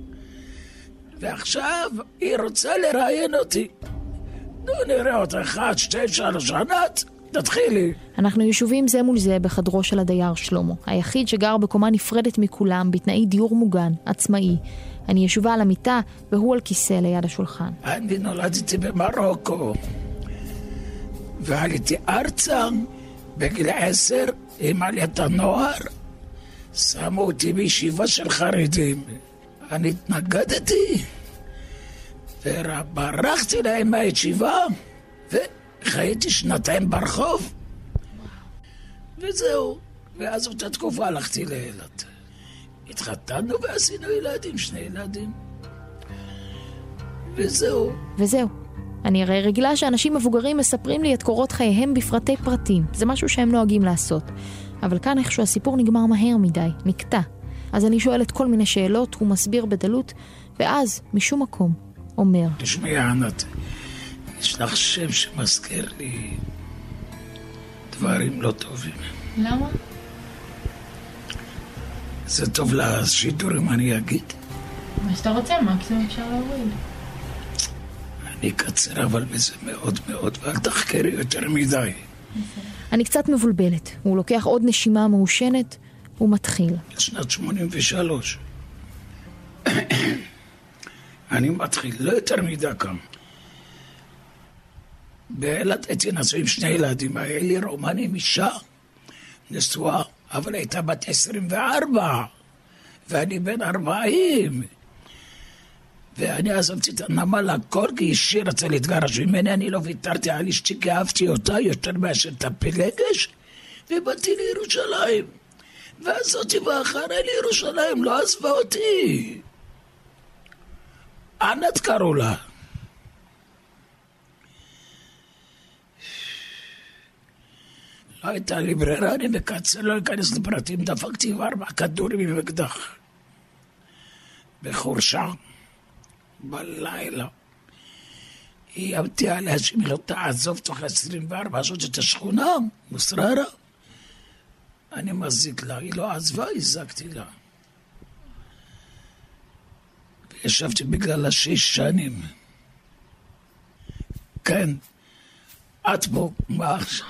[SPEAKER 22] ועכשיו היא רוצה לראיין אותי. נו נראה אותה אחת, שתי, שלוש ענת, תתחילי.
[SPEAKER 1] אנחנו ישובים זה מול זה בחדרו של הדייר שלמה, היחיד שגר בקומה נפרדת מכולם, בתנאי דיור מוגן, עצמאי. אני ישובה על המיטה והוא על כיסא ליד השולחן.
[SPEAKER 22] אני נולדתי במרוקו, ועליתי ארצה בגיל עשר עם עליית הנוער, שמו אותי בישיבה של חרדים. אני התנגדתי וברחתי להם מהישיבה ו... חייתי שנתיים ברחוב, וזהו. ואז אותה תקופה הלכתי לאילת. התחתנו ועשינו ילדים, שני ילדים. וזהו.
[SPEAKER 1] וזהו. אני הרי רגילה שאנשים מבוגרים מספרים לי את קורות חייהם בפרטי פרטים. זה משהו שהם נוהגים לעשות. אבל כאן איכשהו הסיפור נגמר מהר מדי, נקטע. אז אני שואלת כל מיני שאלות, הוא מסביר בדלות, ואז, משום מקום, אומר.
[SPEAKER 22] תשמעי, ענת, יש לך שם שמזכיר לי דברים לא טובים.
[SPEAKER 4] למה?
[SPEAKER 22] זה טוב לשידור אם אני אגיד.
[SPEAKER 4] מה שאתה רוצה, מקסימום אפשר להוריד.
[SPEAKER 22] אני אקצר אבל בזה מאוד מאוד, ואל תחקרי יותר מדי.
[SPEAKER 1] אני קצת מבולבלת. הוא לוקח עוד נשימה מעושנת, הוא מתחיל.
[SPEAKER 22] שנת שמונים ושלוש. אני מתחיל, לא יותר מדי כאן. באילת הייתי נשוי עם שני ילדים, היה לי רומני אישה נשואה, אבל הייתה בת עשרים וארבע, ואני בן ארבעים. ואני עזבתי את הנמל הכל, כי אישי רצה להתגרש ממני, אני לא ויתרתי על אשתי, כי אהבתי אותה יותר מאשר את הפלגש, ובאתי לירושלים. ואז אותי ואחרי לירושלים, לא עזבה אותי. ענת קראו לה. לא הייתה לי ברירה, אני מקצר, לא אכנס לפרטים, דפקתי ארבע כדורים עם אקדח. בחורשה, בלילה. איימתי עליה שאם היא לא תעזוב תוך עשרים וארבע שעות את השכונה, מוסררה. אני מזיק לה, היא לא עזבה, הזקתי לה. וישבתי בגלל השש שנים. כן, את בו, מה עכשיו?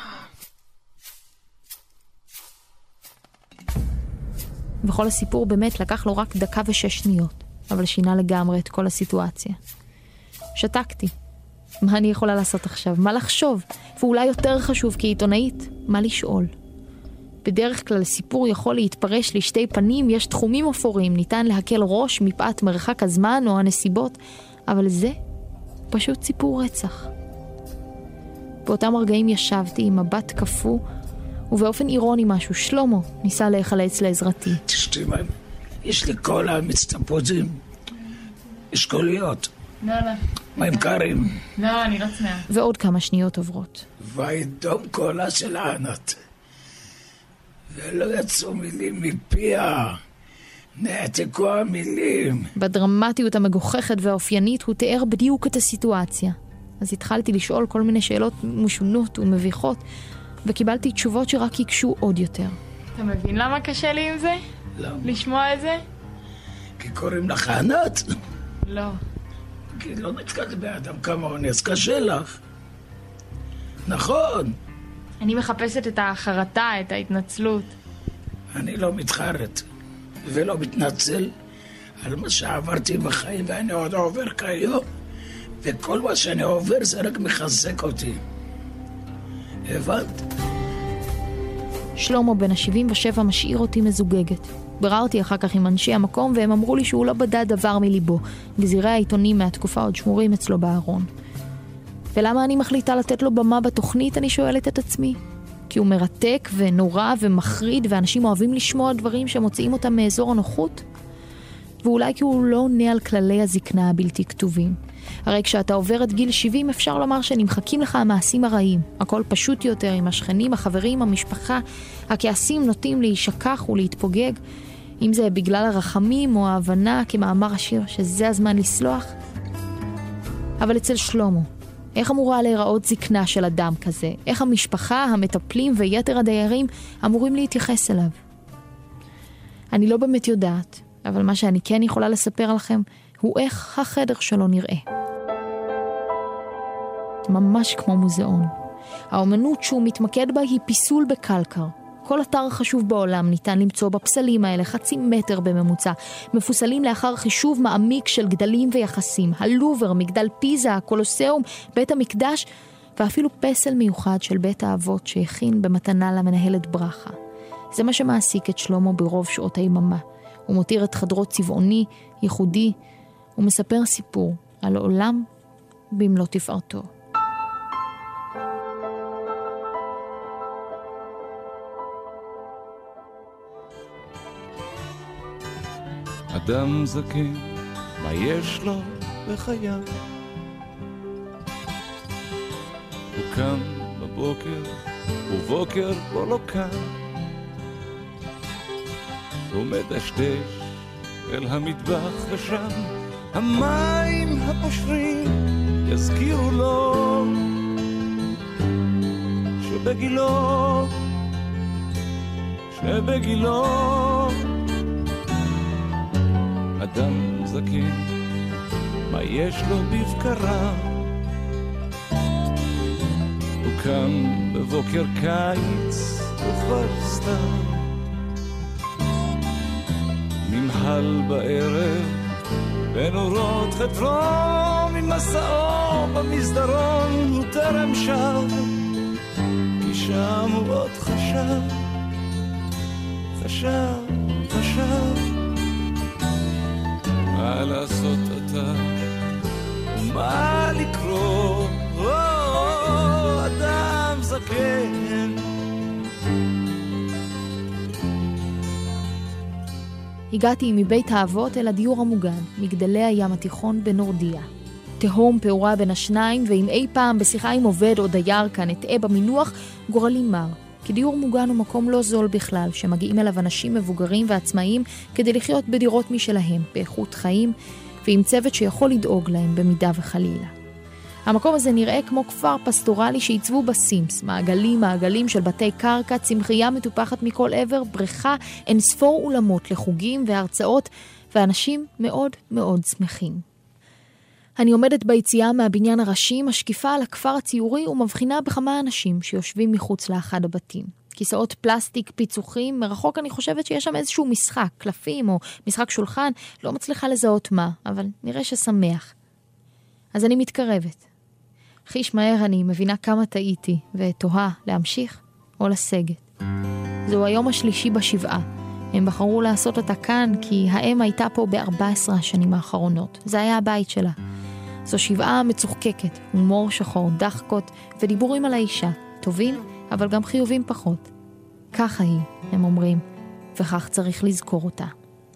[SPEAKER 1] וכל הסיפור באמת לקח לו רק דקה ושש שניות, אבל שינה לגמרי את כל הסיטואציה. שתקתי. מה אני יכולה לעשות עכשיו? מה לחשוב? ואולי יותר חשוב כעיתונאית, מה לשאול? בדרך כלל סיפור יכול להתפרש לשתי פנים, יש תחומים אפורים, ניתן להקל ראש מפאת מרחק הזמן או הנסיבות, אבל זה פשוט סיפור רצח. באותם רגעים ישבתי עם מבט קפוא, ובאופן אירוני משהו, שלמה ניסה להיחלץ לעזרתי.
[SPEAKER 22] תשתי מים, יש לי קולה מצטפוזים, אשכוליות.
[SPEAKER 4] לא, לא.
[SPEAKER 22] מים קרים.
[SPEAKER 4] לא, אני לא צמאה.
[SPEAKER 1] ועוד כמה שניות עוברות.
[SPEAKER 22] וידום קולה של ענת. ולא יצאו מילים מפיה. נעתקו המילים.
[SPEAKER 1] בדרמטיות המגוחכת והאופיינית הוא תיאר בדיוק את הסיטואציה. אז התחלתי לשאול כל מיני שאלות משונות ומביכות, וקיבלתי תשובות שרק יקשו עוד יותר.
[SPEAKER 4] אתה מבין למה קשה לי עם זה?
[SPEAKER 22] למה?
[SPEAKER 4] לשמוע את זה?
[SPEAKER 22] כי קוראים לך ענת?
[SPEAKER 4] לא.
[SPEAKER 22] כי לא נתקעת באדם כמוני, אז קשה לך. נכון.
[SPEAKER 4] אני מחפשת את החרטה, את ההתנצלות.
[SPEAKER 22] אני לא מתחרט ולא מתנצל על מה שעברתי בחיים, ואני עוד עובר כיום, וכל מה שאני עובר זה רק מחזק אותי. הבנת?
[SPEAKER 1] שלמה בן ה-שבעים ושבע משאיר אותי מזוגגת. בררתי אחר כך עם אנשי המקום, והם אמרו לי שהוא לא בדע דבר מליבו. גזירי העיתונים מהתקופה עוד שמורים אצלו בארון. ולמה אני מחליטה לתת לו במה בתוכנית, אני שואלת את עצמי. כי הוא מרתק ונורא ומחריד, ואנשים אוהבים לשמוע דברים שמוציאים אותם מאזור הנוחות? ואולי כי הוא לא עונה על כללי הזקנה הבלתי כתובים. הרי כשאתה עובר את גיל שבעים אפשר לומר שנמחקים לך המעשים הרעים. הכל פשוט יותר עם השכנים, החברים, המשפחה. הכעסים נוטים להישכח ולהתפוגג. אם זה בגלל הרחמים או ההבנה, כמאמר השיר, שזה הזמן לסלוח. אבל אצל שלמה, איך אמורה להיראות זקנה של אדם כזה? איך המשפחה, המטפלים ויתר הדיירים אמורים להתייחס אליו? אני לא באמת יודעת, אבל מה שאני כן יכולה לספר לכם הוא איך החדר שלו נראה. ממש כמו מוזיאון. האומנות שהוא מתמקד בה היא פיסול בקלקר. כל אתר חשוב בעולם ניתן למצוא בפסלים האלה חצי מטר בממוצע, מפוסלים לאחר חישוב מעמיק של גדלים ויחסים. הלובר, מגדל פיזה, הקולוסיאום, בית המקדש, ואפילו פסל מיוחד של בית האבות שהכין במתנה למנהלת ברכה. זה מה שמעסיק את שלמה ברוב שעות היממה. הוא מותיר את חדרו צבעוני, ייחודי, ומספר סיפור על העולם במלוא תפארתו.
[SPEAKER 2] אדם זקן, מה יש לו בחייו? הוא קם בבוקר, ובוקר בו לא קם. הוא מדשדש אל המטבח ושם המים הפושרים יזכירו לו שבגילו, שבגילו אדם זקן, מה יש לו בבקרה? הוא קם בבוקר קיץ וכבר סתם נמהל בערב בנורות חדרו ממסעו במסדרון הוא טרם שב, כי שם הוא עוד חשב, חשב, חשב מה לעשות אתה ומה לקרוא, או, אדם זקן.
[SPEAKER 1] הגעתי מבית האבות אל הדיור המוגן, מגדלי הים התיכון בנורדיה. תהום פעורה בין השניים, ואם אי פעם בשיחה עם עובד או דייר כאן אטעה במינוח, גורלי מר. כי דיור מוגן הוא מקום לא זול בכלל, שמגיעים אליו אנשים מבוגרים ועצמאיים כדי לחיות בדירות משלהם, באיכות חיים, ועם צוות שיכול לדאוג להם במידה וחלילה. המקום הזה נראה כמו כפר פסטורלי שעיצבו בסימס, מעגלים מעגלים של בתי קרקע, צמחייה מטופחת מכל עבר, בריכה, אין ספור אולמות לחוגים והרצאות, ואנשים מאוד מאוד שמחים. אני עומדת ביציאה מהבניין הראשי, משקיפה על הכפר הציורי ומבחינה בכמה אנשים שיושבים מחוץ לאחד הבתים. כיסאות פלסטיק, פיצוחים, מרחוק אני חושבת שיש שם איזשהו משחק, קלפים או משחק שולחן, לא מצליחה לזהות מה, אבל נראה ששמח. אז אני מתקרבת. חיש מהר אני מבינה כמה טעיתי, ותוהה להמשיך או לסגת. זהו היום השלישי בשבעה. הם בחרו לעשות אותה כאן, כי האם הייתה פה ב-ארבע עשרה השנים האחרונות. זה היה הבית שלה. זו שבעה מצוחקקת, הומור שחור, דחקות ודיבורים על האישה. טובים, אבל גם חיובים פחות. ככה היא, הם אומרים, וכך צריך לזכור אותה.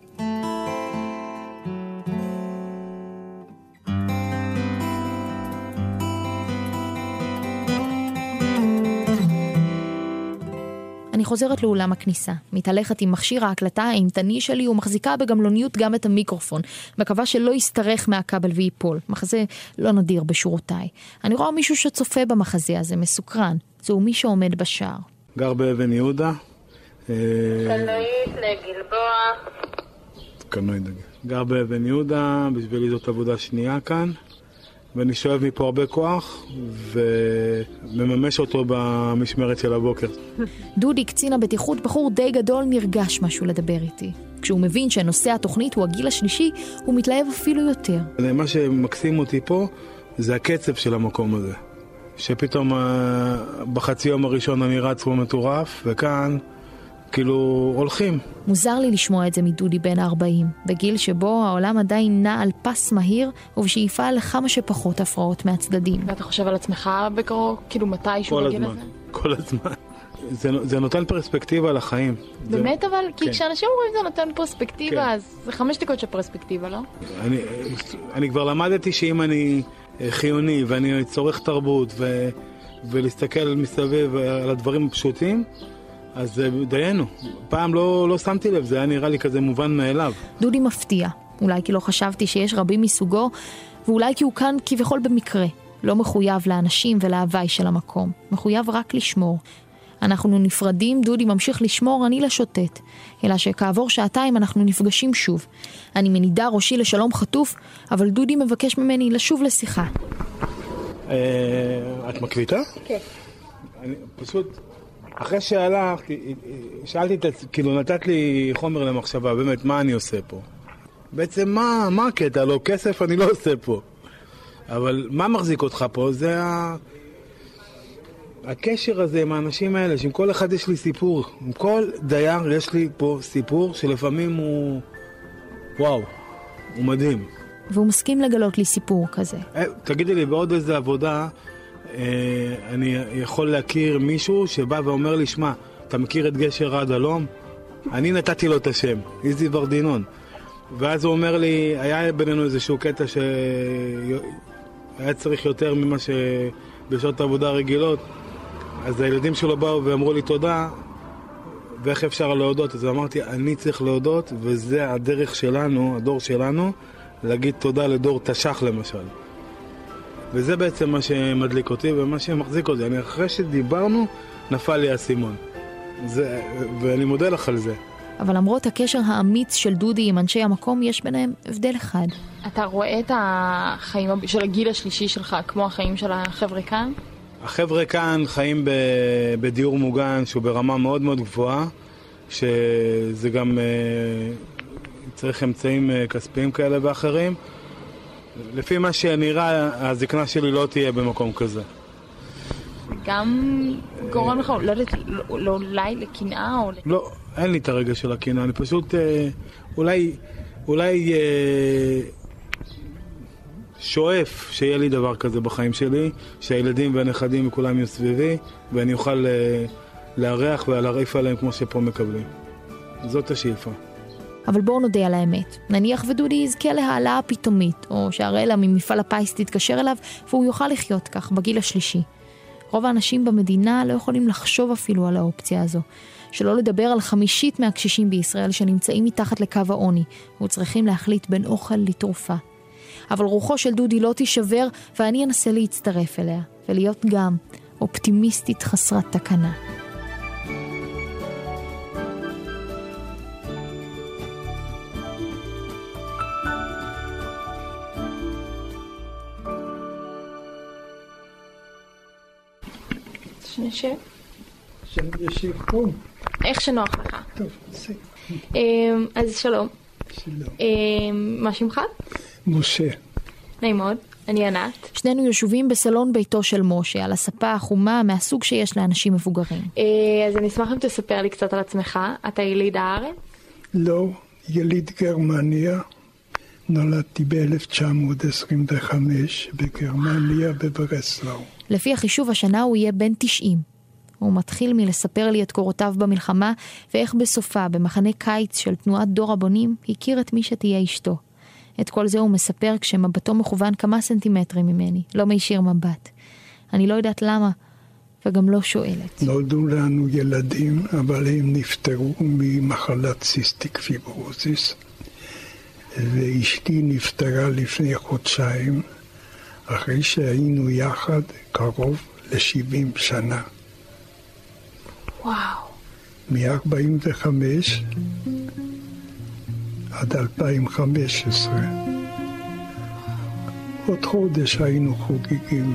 [SPEAKER 1] אני חוזרת לאולם הכניסה, מתהלכת עם מכשיר ההקלטה האימתני שלי ומחזיקה בגמלוניות גם את המיקרופון, מקווה שלא יסתרך מהכבל ויפול, מחזה לא נדיר בשורותיי. אני רואה מישהו שצופה במחזה הזה, מסוקרן, זהו מי שעומד בשער.
[SPEAKER 6] גר באבן יהודה.
[SPEAKER 7] קנועית לגלבוע.
[SPEAKER 6] קנועית לגלבוע. גר באבן יהודה, בשבילי זאת עבודה שנייה כאן. ואני שואב מפה הרבה כוח, ומממש אותו במשמרת של הבוקר.
[SPEAKER 1] דודי, קצין הבטיחות, בחור די גדול, נרגש משהו לדבר איתי. כשהוא מבין שנושא התוכנית הוא הגיל השלישי, הוא מתלהב אפילו יותר.
[SPEAKER 6] מה שמקסים אותי פה, זה הקצב של המקום הזה. שפתאום בחצי יום הראשון אני רץ כמו מטורף, וכאן כאילו הולכים.
[SPEAKER 1] מוזר לי לשמוע את זה מדודי בן ארבעים, בגיל שבו העולם עדיין נע על פס מהיר, ובשאיפה לכמה שפחות הפרעות מהצדדים.
[SPEAKER 4] ואתה חושב על עצמך בקרוב, כאילו מתישהו בגיל הזה?
[SPEAKER 6] כל הזמן. זה, זה נותן פרספקטיבה לחיים.
[SPEAKER 4] באמת
[SPEAKER 6] זה...
[SPEAKER 4] אבל? כי
[SPEAKER 6] כן.
[SPEAKER 4] כשאנשים אומרים זה נותן פרספקטיבה, כן. אז זה חמש דקות של פרספקטיבה, לא?
[SPEAKER 6] אני, אני כבר למדתי שאם אני חיוני ואני צורך תרבות ו, ולהסתכל מסביב על הדברים הפשוטים, אז דיינו. פעם לא, לא שמתי לב, זה היה נראה לי כזה מובן מאליו.
[SPEAKER 1] דודי מפתיע. אולי כי לא חשבתי שיש רבים מסוגו, ואולי כי הוא כאן כביכול במקרה. לא מחויב לאנשים ולהווי של המקום. מחויב רק לשמור. אנחנו נפרדים, דודי ממשיך לשמור, אני לשוטט. אלא שכעבור שעתיים אנחנו נפגשים שוב. אני מנידה ראשי לשלום חטוף, אבל דודי מבקש ממני לשוב לשיחה.
[SPEAKER 6] את מקליטה?
[SPEAKER 4] כן.
[SPEAKER 6] אני פשוט... אחרי שהלכתי, שאלתי את עצמי, כאילו נתת לי חומר למחשבה, באמת, מה אני עושה פה? בעצם מה, מה הקטע? לא כסף אני לא עושה פה. אבל מה מחזיק אותך פה? זה ה... הקשר הזה עם האנשים האלה, שעם כל אחד יש לי סיפור. עם כל דייר יש לי פה סיפור שלפעמים הוא... וואו, הוא מדהים.
[SPEAKER 1] והוא מסכים לגלות לי סיפור כזה.
[SPEAKER 6] תגידי לי, בעוד איזה עבודה... אני יכול להכיר מישהו שבא ואומר לי, שמע, אתה מכיר את גשר עד הלום? אני נתתי לו את השם, איזי ורדינון. ואז הוא אומר לי, היה בינינו איזשהו קטע שהיה צריך יותר ממה שבשעות העבודה רגילות, אז הילדים שלו באו ואמרו לי תודה, ואיך אפשר להודות? אז אמרתי, אני צריך להודות, וזה הדרך שלנו, הדור שלנו, להגיד תודה לדור תש"ח למשל. וזה בעצם מה שמדליק אותי ומה שמחזיק אותי. אני אחרי שדיברנו, נפל לי הסימון. זה, ואני מודה לך על זה.
[SPEAKER 1] אבל למרות הקשר האמיץ של דודי עם אנשי המקום, יש ביניהם הבדל אחד.
[SPEAKER 4] אתה רואה את החיים של הגיל השלישי שלך כמו החיים של החבר'ה כאן?
[SPEAKER 6] החבר'ה כאן חיים בדיור מוגן שהוא ברמה מאוד מאוד גבוהה, שזה גם צריך אמצעים כספיים כאלה ואחרים. לפי מה שנראה, הזקנה שלי לא תהיה במקום כזה.
[SPEAKER 4] גם גורם לך, לא יודעת, אולי לקנאה או...
[SPEAKER 6] לא, אין לי את הרגע של הקנאה, אני פשוט אולי, אולי שואף שיהיה לי דבר כזה בחיים שלי, שהילדים והנכדים וכולם יהיו סביבי, ואני אוכל להריח ולהרעיף עליהם כמו שפה מקבלים. זאת השאיפה.
[SPEAKER 1] אבל בואו נודה על האמת. נניח ודודי יזכה להעלאה פתאומית, או שהראלה ממפעל הפיס תתקשר אליו, והוא יוכל לחיות כך בגיל השלישי. רוב האנשים במדינה לא יכולים לחשוב אפילו על האופציה הזו. שלא לדבר על חמישית מהקשישים בישראל שנמצאים מתחת לקו העוני, וצריכים להחליט בין אוכל לתרופה. אבל רוחו של דודי לא תישבר, ואני אנסה להצטרף אליה, ולהיות גם אופטימיסטית חסרת תקנה.
[SPEAKER 3] שנשב?
[SPEAKER 22] שנשב פה.
[SPEAKER 3] איך שנוח לך.
[SPEAKER 22] טוב, נעשה.
[SPEAKER 3] אז שלום.
[SPEAKER 22] שלום.
[SPEAKER 3] מה שמך?
[SPEAKER 22] משה.
[SPEAKER 3] נעים מאוד, אני ענת.
[SPEAKER 1] שנינו יושבים בסלון ביתו של משה, על הספה החומה מהסוג שיש לאנשים מבוגרים.
[SPEAKER 3] אז אני אשמח אם תספר לי קצת על עצמך. אתה יליד הארץ?
[SPEAKER 22] לא, יליד גרמניה. נולדתי ב-אלף תשע מאות עשרים וחמש בגרמניה בברסלאו.
[SPEAKER 1] לפי החישוב השנה הוא יהיה בן תשעים. הוא מתחיל מלספר לי את קורותיו במלחמה, ואיך בסופה, במחנה קיץ של תנועת דור הבונים, הכיר את מי שתהיה אשתו. את כל זה הוא מספר כשמבטו מכוון כמה סנטימטרים ממני, לא מישיר מבט. אני לא יודעת למה, וגם לא שואלת.
[SPEAKER 22] נולדו לנו ילדים, אבל הם נפטרו ממחלת סיסטיק פיברוזיס, ואשתי נפטרה לפני חודשיים, אחרי שהיינו יחד קרוב ל-שבעים שנה.
[SPEAKER 3] וואו.
[SPEAKER 22] מ-ארבעים וחמש עד אלפיים וחמש עשרה. עוד חודש היינו חוגגים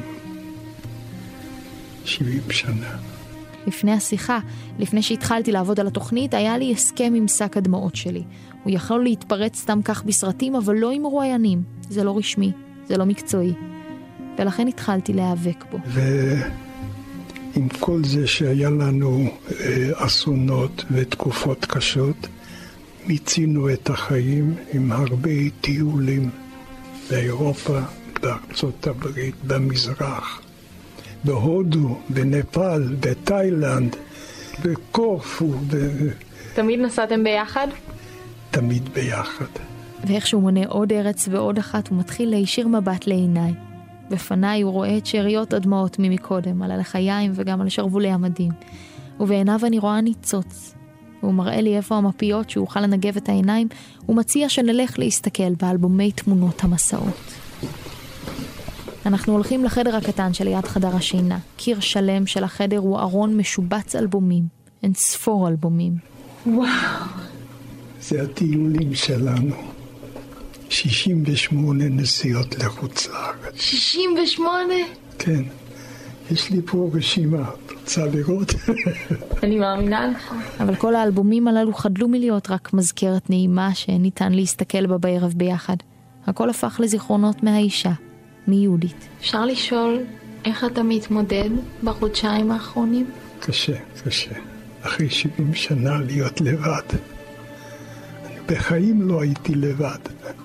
[SPEAKER 22] שבעים שנה.
[SPEAKER 1] לפני השיחה, לפני שהתחלתי לעבוד על התוכנית, היה לי הסכם עם שק הדמעות שלי. הוא יכול להתפרץ סתם כך בסרטים, אבל לא עם רואיינים. זה לא רשמי, זה לא מקצועי. ולכן התחלתי להיאבק בו.
[SPEAKER 22] ועם כל זה שהיה לנו אה, אסונות ותקופות קשות, מיצינו את החיים עם הרבה טיולים באירופה, בארצות הברית, במזרח, בהודו, בנפאל, בתאילנד, בקורפו. ב...
[SPEAKER 3] תמיד נסעתם ביחד?
[SPEAKER 22] תמיד ביחד.
[SPEAKER 1] ואיך שהוא מונה עוד ארץ ועוד אחת, הוא מתחיל להישיר מבט לעיניי. בפניי הוא רואה את שאריות הדמעות ממקודם, על הלחיים וגם על שרבולי המדים. ובעיניו אני רואה ניצוץ. הוא מראה לי איפה המפיות שהוא אוכל לנגב את העיניים, הוא מציע שנלך להסתכל באלבומי תמונות המסעות. אנחנו הולכים לחדר הקטן שליד חדר השינה. קיר שלם של החדר הוא ארון משובץ אלבומים. אין ספור אלבומים.
[SPEAKER 3] וואו.
[SPEAKER 22] זה הטיולים שלנו. שישים ושמונה נסיעות לחוץ לארץ.
[SPEAKER 3] שישים ושמונה?
[SPEAKER 22] כן. יש לי פה רשימה. רוצה לראות?
[SPEAKER 3] אני מאמינה לך.
[SPEAKER 1] אבל כל האלבומים הללו חדלו מלהיות רק מזכרת נעימה שניתן להסתכל בה בערב ביחד. הכל הפך לזיכרונות מהאישה, מיהודית.
[SPEAKER 3] אפשר לשאול איך אתה מתמודד בחודשיים האחרונים?
[SPEAKER 22] קשה, קשה. אחרי שבעים שנה להיות לבד. אני בחיים לא הייתי לבד.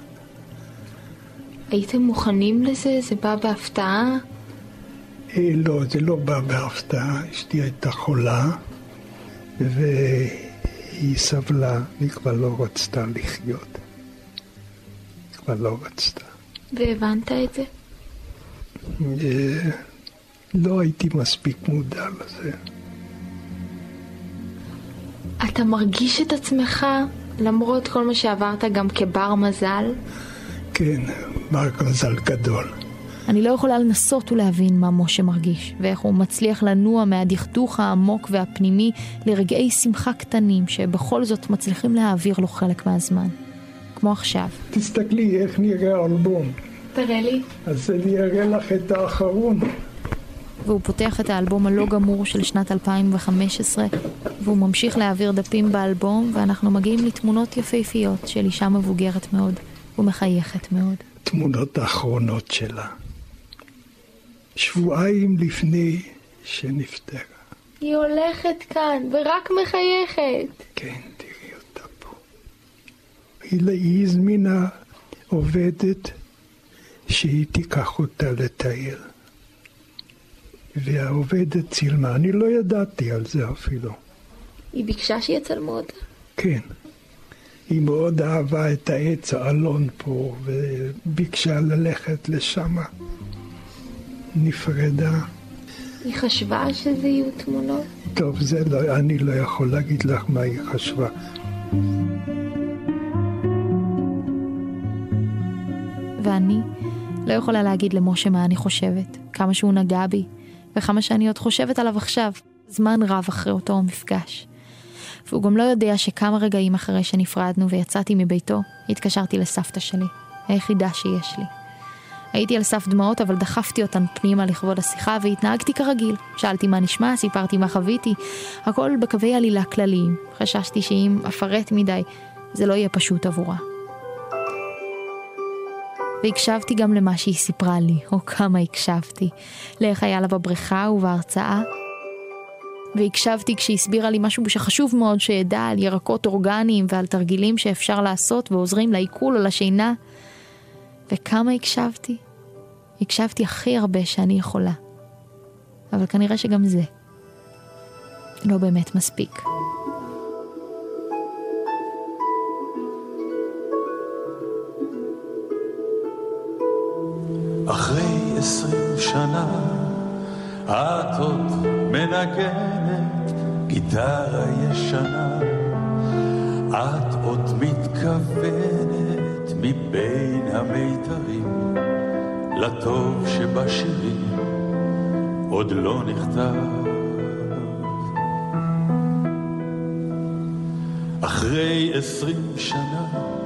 [SPEAKER 3] הייתם מוכנים לזה? זה בא בהפתעה?
[SPEAKER 22] אה, לא, זה לא בא בהפתעה. אשתי הייתה חולה, והיא סבלה, היא כבר לא רצתה לחיות. היא כבר לא רצתה.
[SPEAKER 3] והבנת את זה?
[SPEAKER 22] אה, לא הייתי מספיק מודע לזה.
[SPEAKER 3] אתה מרגיש את עצמך, למרות כל מה שעברת, גם כבר מזל?
[SPEAKER 22] כן, בר מזל גדול.
[SPEAKER 1] אני לא יכולה לנסות ולהבין מה משה מרגיש, ואיך הוא מצליח לנוע מהדכדוך העמוק והפנימי לרגעי שמחה קטנים, שבכל זאת מצליחים להעביר לו חלק מהזמן. כמו עכשיו.
[SPEAKER 22] תסתכלי איך נראה האלבום.
[SPEAKER 3] תראה לי.
[SPEAKER 22] אז אני אראה לך את האחרון.
[SPEAKER 1] והוא פותח את האלבום הלא גמור של שנת אלפיים וחמש עשרה, והוא ממשיך להעביר דפים באלבום, ואנחנו מגיעים לתמונות יפהפיות של אישה מבוגרת מאוד ומחייכת מאוד.
[SPEAKER 22] תמונות האחרונות שלה. שבועיים לפני שנפטרה.
[SPEAKER 3] היא הולכת כאן ורק מחייכת.
[SPEAKER 22] כן, תראי אותה פה. היא, היא הזמינה עובדת שהיא תיקח אותה לטייל. והעובדת צילמה, אני לא ידעתי על זה אפילו.
[SPEAKER 3] היא ביקשה שיצלמו אותה?
[SPEAKER 22] כן. היא מאוד אהבה את העץ האלון פה, וביקשה ללכת לשם. נפרדה.
[SPEAKER 3] היא חשבה שזה יהיו תמונות?
[SPEAKER 22] טוב, זה לא, אני לא יכול להגיד לך מה היא חשבה.
[SPEAKER 1] ואני לא יכולה להגיד למשה מה אני חושבת, כמה שהוא נגע בי, וכמה שאני עוד חושבת עליו עכשיו, זמן רב אחרי אותו מפגש. והוא גם לא יודע שכמה רגעים אחרי שנפרדנו ויצאתי מביתו, התקשרתי לסבתא שלי, היחידה שיש לי. הייתי על סף דמעות, אבל דחפתי אותן פנימה לכבוד השיחה והתנהגתי כרגיל. שאלתי מה נשמע, סיפרתי מה חוויתי, הכל בקווי עלילה כלליים. חששתי שאם אפרט מדי, זה לא יהיה פשוט עבורה. והקשבתי גם למה שהיא סיפרה לי, או כמה הקשבתי, לאיך היה לה בבריכה ובהרצאה. והקשבתי כשהיא הסבירה לי משהו שחשוב מאוד שידע על ירקות אורגניים ועל תרגילים שאפשר לעשות ועוזרים לעיכול או לשינה. וכמה הקשבתי? הקשבתי הכי הרבה שאני יכולה. אבל כנראה שגם זה לא באמת מספיק.
[SPEAKER 2] אחרי עשרים שנה את עוד מנגנת גיטרה ישנה, את עוד מתכוונת מבין המיתרים לטוב שבשירים עוד לא נכתב. אחרי עשרים שנה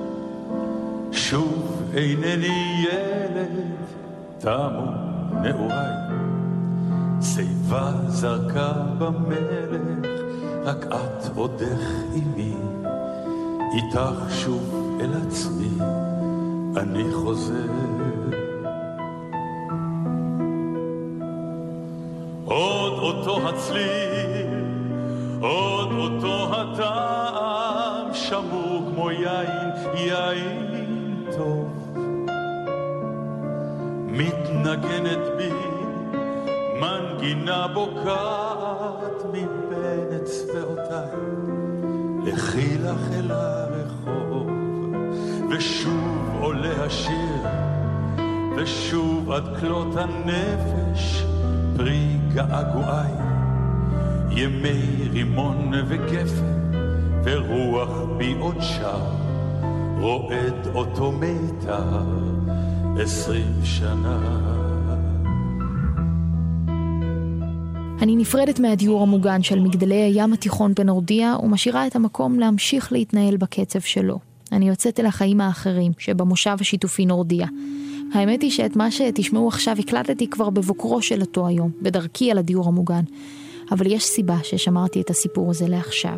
[SPEAKER 2] שוב אינני ילד, תמו נעוריי, שיבה זרקה במלך, רק את עודך עימי, איתך שוב אל עצמי אני חוזר. עוד אותו הצליל, עוד אותו הטעם, שמור כמו יין, יין טוב, מתנגנת בי מנגינה בוקעת מבין אצבעותיי, לכי לך אל הרחוב, ושוב עולה השיר, ושוב עד כלות הנפש פרי געגועי, ימי רימון וגפן ורוח בי עוד שר, רועד אותו מיתר עשרים שנה.
[SPEAKER 1] אני נפרדת מהדיור המוגן של מגדלי הים התיכון בנורדיה ומשאירה את המקום להמשיך להתנהל בקצב שלו. אני יוצאת אל החיים האחרים שבמושב השיתופי נורדיה. האמת היא שאת מה שתשמעו עכשיו הקלטתי כבר בבוקרו של אותו היום, בדרכי על הדיור המוגן. אבל יש סיבה ששמרתי את הסיפור הזה לעכשיו.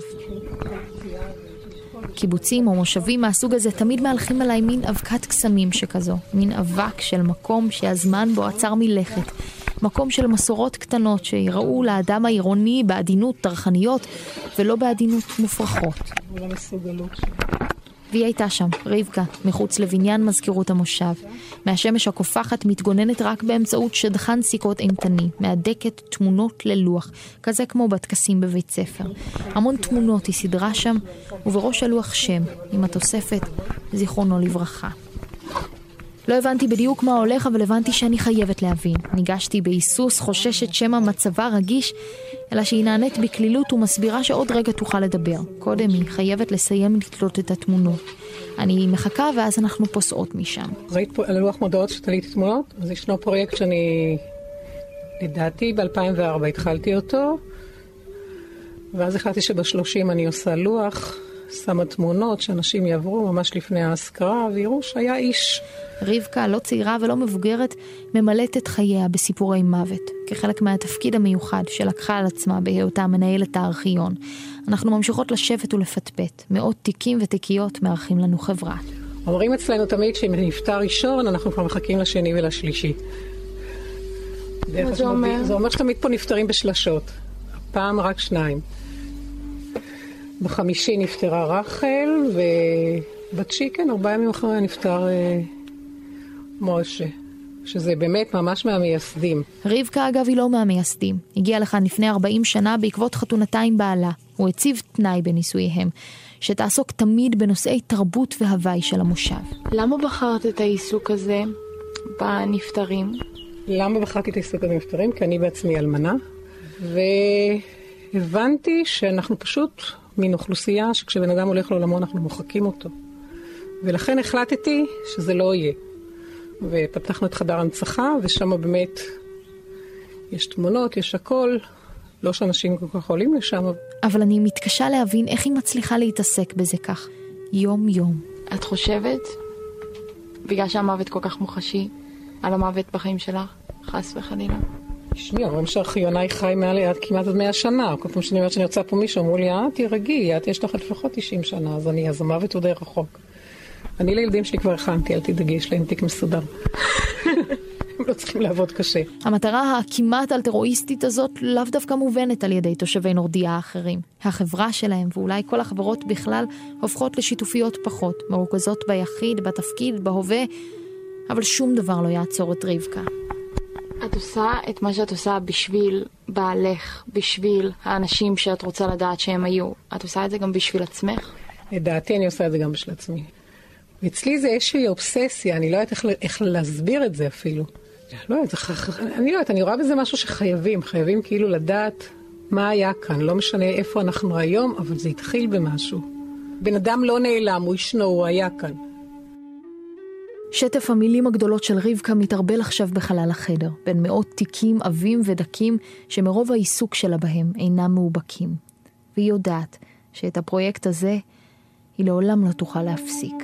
[SPEAKER 1] קיבוצים או מושבים מהסוג הזה תמיד מהלכים עליי מין אבקת קסמים שכזו, מין אבק של מקום שהזמן בו עצר מלכת, מקום של מסורות קטנות שיראו לאדם העירוני בעדינות טרחניות ולא בעדינות מופרכות. והיא הייתה שם, רבקה, מחוץ לבניין מזכירות המושב. מהשמש הקופחת מתגוננת רק באמצעות שדכן סיכות אימתני, מהדקת תמונות ללוח, כזה כמו בטקסים בבית ספר. המון תמונות היא סדרה שם, ובראש הלוח שם, עם התוספת זיכרונו לברכה. לא הבנתי בדיוק מה הולך, אבל הבנתי שאני חייבת להבין. ניגשתי בהיסוס, חוששת שמה מצבה רגיש, אלא שהיא נענית בכלילות ומסבירה שעוד רגע תוכל לדבר. קודם היא חייבת לסיים לתלות את התמונות. אני מחכה ואז אנחנו פוסעות משם.
[SPEAKER 8] ראית פה על הלוח מודעות שתליתי תמונות? אז ישנו פרויקט שאני, לדעתי, ב-אלפיים וארבע התחלתי אותו, ואז החלטתי שבשלושים אני עושה לוח, שמה תמונות שאנשים יעברו ממש לפני ההזכרה ויראו שהיה איש.
[SPEAKER 1] רבקה, לא צעירה ולא מבוגרת, ממלאת את חייה בסיפורי מוות, כחלק מהתפקיד המיוחד שלקחה על עצמה בהיותה מנהלת הארכיון. אנחנו ממשיכות לשבת ולפטפט, מאות תיקים ותיקיות מארחים לנו חברה.
[SPEAKER 8] אומרים אצלנו תמיד שאם נפטר ראשון, אנחנו כבר מחכים לשני ולשלישי.
[SPEAKER 3] מה זה אומר?
[SPEAKER 8] זה אומר שתמיד פה נפטרים בשלשות. הפעם רק שניים. בחמישי נפטרה רחל, ובתשיעי, כן, ארבעה ימים אחריה נפטר אה, משה, שזה באמת ממש מהמייסדים.
[SPEAKER 1] רבקה, אגב, היא לא מהמייסדים. הגיעה לכאן לפני ארבעים שנה בעקבות חתונתה עם בעלה. הוא הציב תנאי בניסוייהם, שתעסוק תמיד בנושאי תרבות והווי של המושב.
[SPEAKER 3] למה בחרת את העיסוק הזה בנפטרים?
[SPEAKER 8] למה בחרתי את העיסוק בנפטרים? כי אני בעצמי אלמנה, והבנתי שאנחנו פשוט מין אוכלוסייה שכשבן אדם הולך לעולמו אנחנו מוחקים אותו. ולכן החלטתי שזה לא יהיה. ופתחנו את חדר הנצחה, ושם באמת יש תמונות, יש הכל. לא שאנשים כל כך עולים לשם.
[SPEAKER 1] אבל אני מתקשה להבין איך היא מצליחה להתעסק בזה כך, יום יום.
[SPEAKER 3] את חושבת, בגלל שהמוות כל כך מוחשי, על המוות בחיים שלך, חס וחלילה?
[SPEAKER 8] שמי, אומרים שארכיונאי חי מעל ליד כמעט עד מאה שנה. כל פעם שאני אומרת שאני יוצא פה מישהו, אמרו לי, אה, תירגעי, את יש לך לפחות תשעים שנה, אז אני, אז המוות הוא די רחוק. אני לילדים שלי כבר הכנתי, אל תדאגי, יש להם תיק מסודר. הם לא צריכים לעבוד קשה.
[SPEAKER 1] המטרה הכמעט אלטרואיסטית הזאת לאו דווקא מובנת על ידי תושבי נורדיה האחרים. החברה שלהם, ואולי כל החברות בכלל, הופכות לשיתופיות פחות, מרוכזות ביחיד, בתפקיד, בהווה, אבל שום דבר לא יעצור את רבקה.
[SPEAKER 3] את עושה את מה שאת עושה בשביל בעלך, בשביל האנשים שאת רוצה לדעת שהם היו. את עושה את זה גם בשביל עצמך?
[SPEAKER 8] לדעתי אני עושה את זה גם בשביל עצמי. ואצלי זה איזושהי אובססיה, אני לא יודעת איך, איך להסביר את זה אפילו. לא יודעת, אני לא יודעת, אני רואה בזה משהו שחייבים, חייבים כאילו לדעת מה היה כאן, לא משנה איפה אנחנו היום, אבל זה התחיל במשהו. בן אדם לא נעלם, הוא ישנו, הוא היה כאן.
[SPEAKER 1] שטף המילים הגדולות של רבקה מתערבל עכשיו בחלל החדר, בין מאות תיקים עבים ודקים שמרוב העיסוק שלה בהם אינם מאובקים. והיא יודעת שאת הפרויקט הזה היא לעולם לא תוכל להפסיק.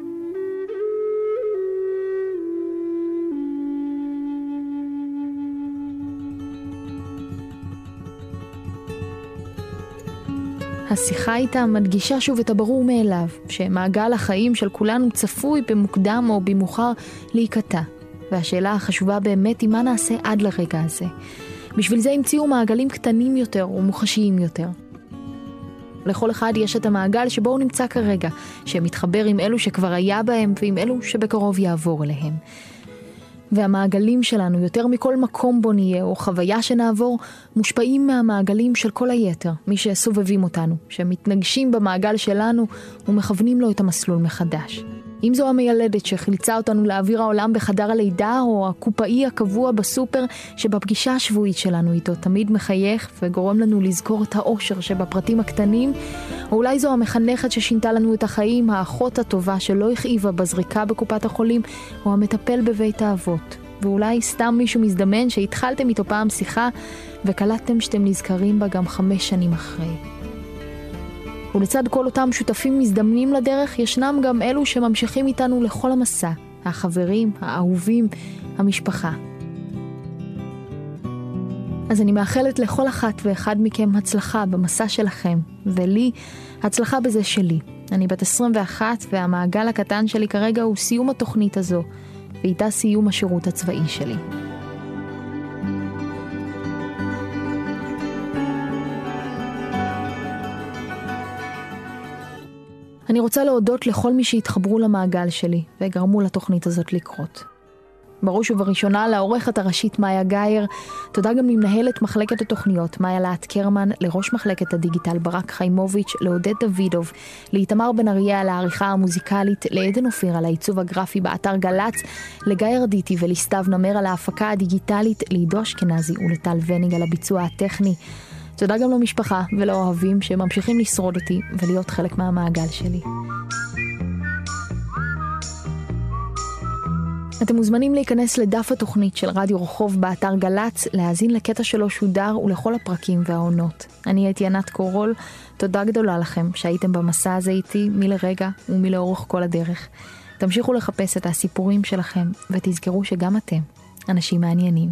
[SPEAKER 1] השיחה איתה מדגישה שוב את הברור מאליו, שמעגל החיים של כולנו צפוי במוקדם או במאוחר להיקטע. והשאלה החשובה באמת היא מה נעשה עד לרגע הזה. בשביל זה המציאו מעגלים קטנים יותר ומוחשיים יותר. לכל אחד יש את המעגל שבו הוא נמצא כרגע, שמתחבר עם אלו שכבר היה בהם ועם אלו שבקרוב יעבור אליהם. והמעגלים שלנו, יותר מכל מקום בו נהיה או חוויה שנעבור, מושפעים מהמעגלים של כל היתר, מי שסובבים אותנו, שמתנגשים במעגל שלנו ומכוונים לו את המסלול מחדש. אם זו המיילדת שחילצה אותנו לאוויר העולם בחדר הלידה, או הקופאי הקבוע בסופר שבפגישה השבועית שלנו איתו תמיד מחייך וגורם לנו לזכור את האושר שבפרטים הקטנים, או אולי זו המחנכת ששינתה לנו את החיים, האחות הטובה שלא הכאיבה בזריקה בקופת החולים, או המטפל בבית האבות. ואולי סתם מישהו מזדמן שהתחלתם איתו פעם שיחה וקלטתם שאתם נזכרים בה גם חמש שנים אחרי. ולצד כל אותם שותפים מזדמנים לדרך, ישנם גם אלו שממשיכים איתנו לכל המסע, החברים, האהובים, המשפחה. אז אני מאחלת לכל אחת ואחד מכם הצלחה במסע שלכם, ולי הצלחה בזה שלי. אני בת עשרים ואחת והמעגל הקטן שלי כרגע הוא סיום התוכנית הזו, ואיתה סיום השירות הצבאי שלי. אני רוצה להודות לכל מי שהתחברו למעגל שלי וגרמו לתוכנית הזאת לקרות. בראש ובראשונה לעורכת הראשית מאיה גייר, תודה גם למנהלת מחלקת התוכניות מאיה להט קרמן, לראש מחלקת הדיגיטל ברק חיימוביץ', לעודד דוידוב, לאיתמר בן אריה על העריכה המוזיקלית, לעדן אופיר על העיצוב הגרפי באתר גלץ, לגיא ארדיטי ולסתיו נמר על ההפקה הדיגיטלית, לעידו אשכנזי ולטל וניג על הביצוע הטכני. תודה גם למשפחה ולאוהבים שממשיכים לשרוד אותי ולהיות חלק מהמעגל שלי. אתם מוזמנים להיכנס לדף התוכנית של רדיו רחוב באתר גלץ, להאזין לקטע שלו שודר ולכל הפרקים והעונות. אני הייתי ענת קורול, תודה גדולה לכם שהייתם במסע הזה איתי מלרגע ומלאורך כל הדרך. תמשיכו לחפש את הסיפורים שלכם ותזכרו שגם אתם אנשים מעניינים.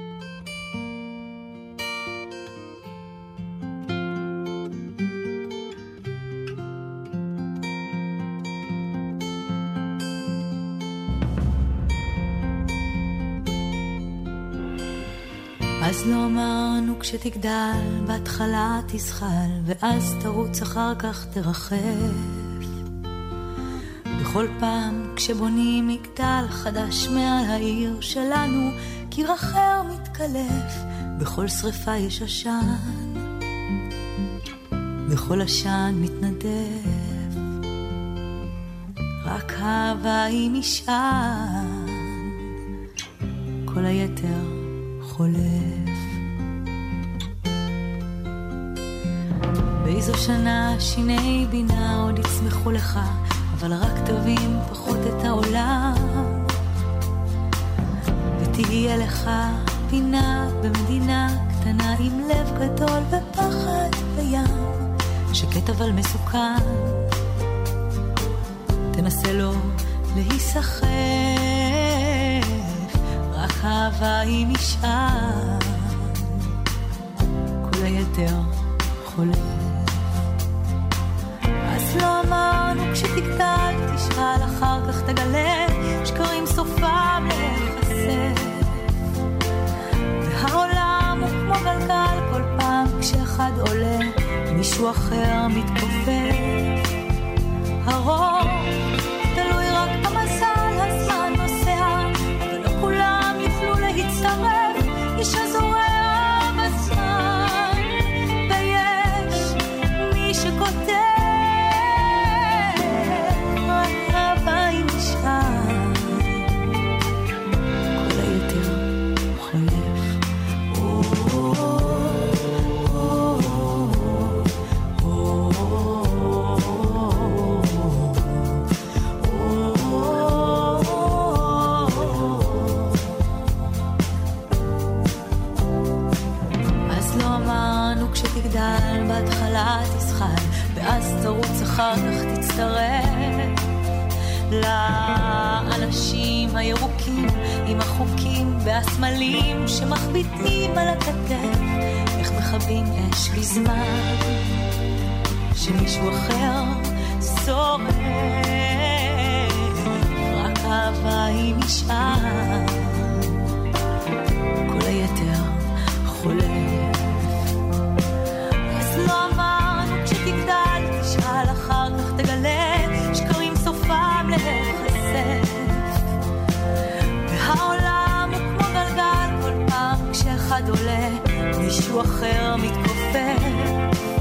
[SPEAKER 9] אז לא אמרנו כשתגדל, בהתחלה תזחל, ואז תרוץ אחר כך תרחף. בכל פעם כשבונים מגדל חדש מעל העיר שלנו, קיר אחר מתקלף, בכל שריפה יש עשן, בכל עשן מתנדף, רק אהבה היא משען, כל היתר חולף. באיזו שנה שיני בינה עוד יצמחו לך, אבל רק תבין פחות את העולם, תהיה לך פינה במדינה קטנה עם לב גדול ופחד וים שקט אבל מסוכן. תנסה לו להיסחף, רק אהבה היא נשאר, כל היתר חולף. אז לא אמרנו כשתגדל תשאל אחר כך תגלה שקרים סופם להיחשף, והעולם הוא כמו גלגל כל פעם כשאחד עולה מישהו אחר מתכופף. הרוב תלוי רק במזל, הזמן נוסע ולא כולם יוכלו להצטרף, איש הזורע בזמן ויש מי שכותב רק אהבה היא נשאר, כל היתר חולף. כשתגדל בהתחלה תשחל ואז תרוץ אחר כך תצטרף לאנשים הירוקים עם החוקים והסמלים שמחביטים על הכתף, איך מכבים אש בזמן שמישהו אחר שורף, רק אהבה היא נשאר, כל היתר חולף. לא אמרנו כשתגדל תשאל אחר כך תגלה שקרים סופם להיחשף, והעולם הוא כמו גלגל כל פעם כשאחד עולה מישהו אחר מתכופף.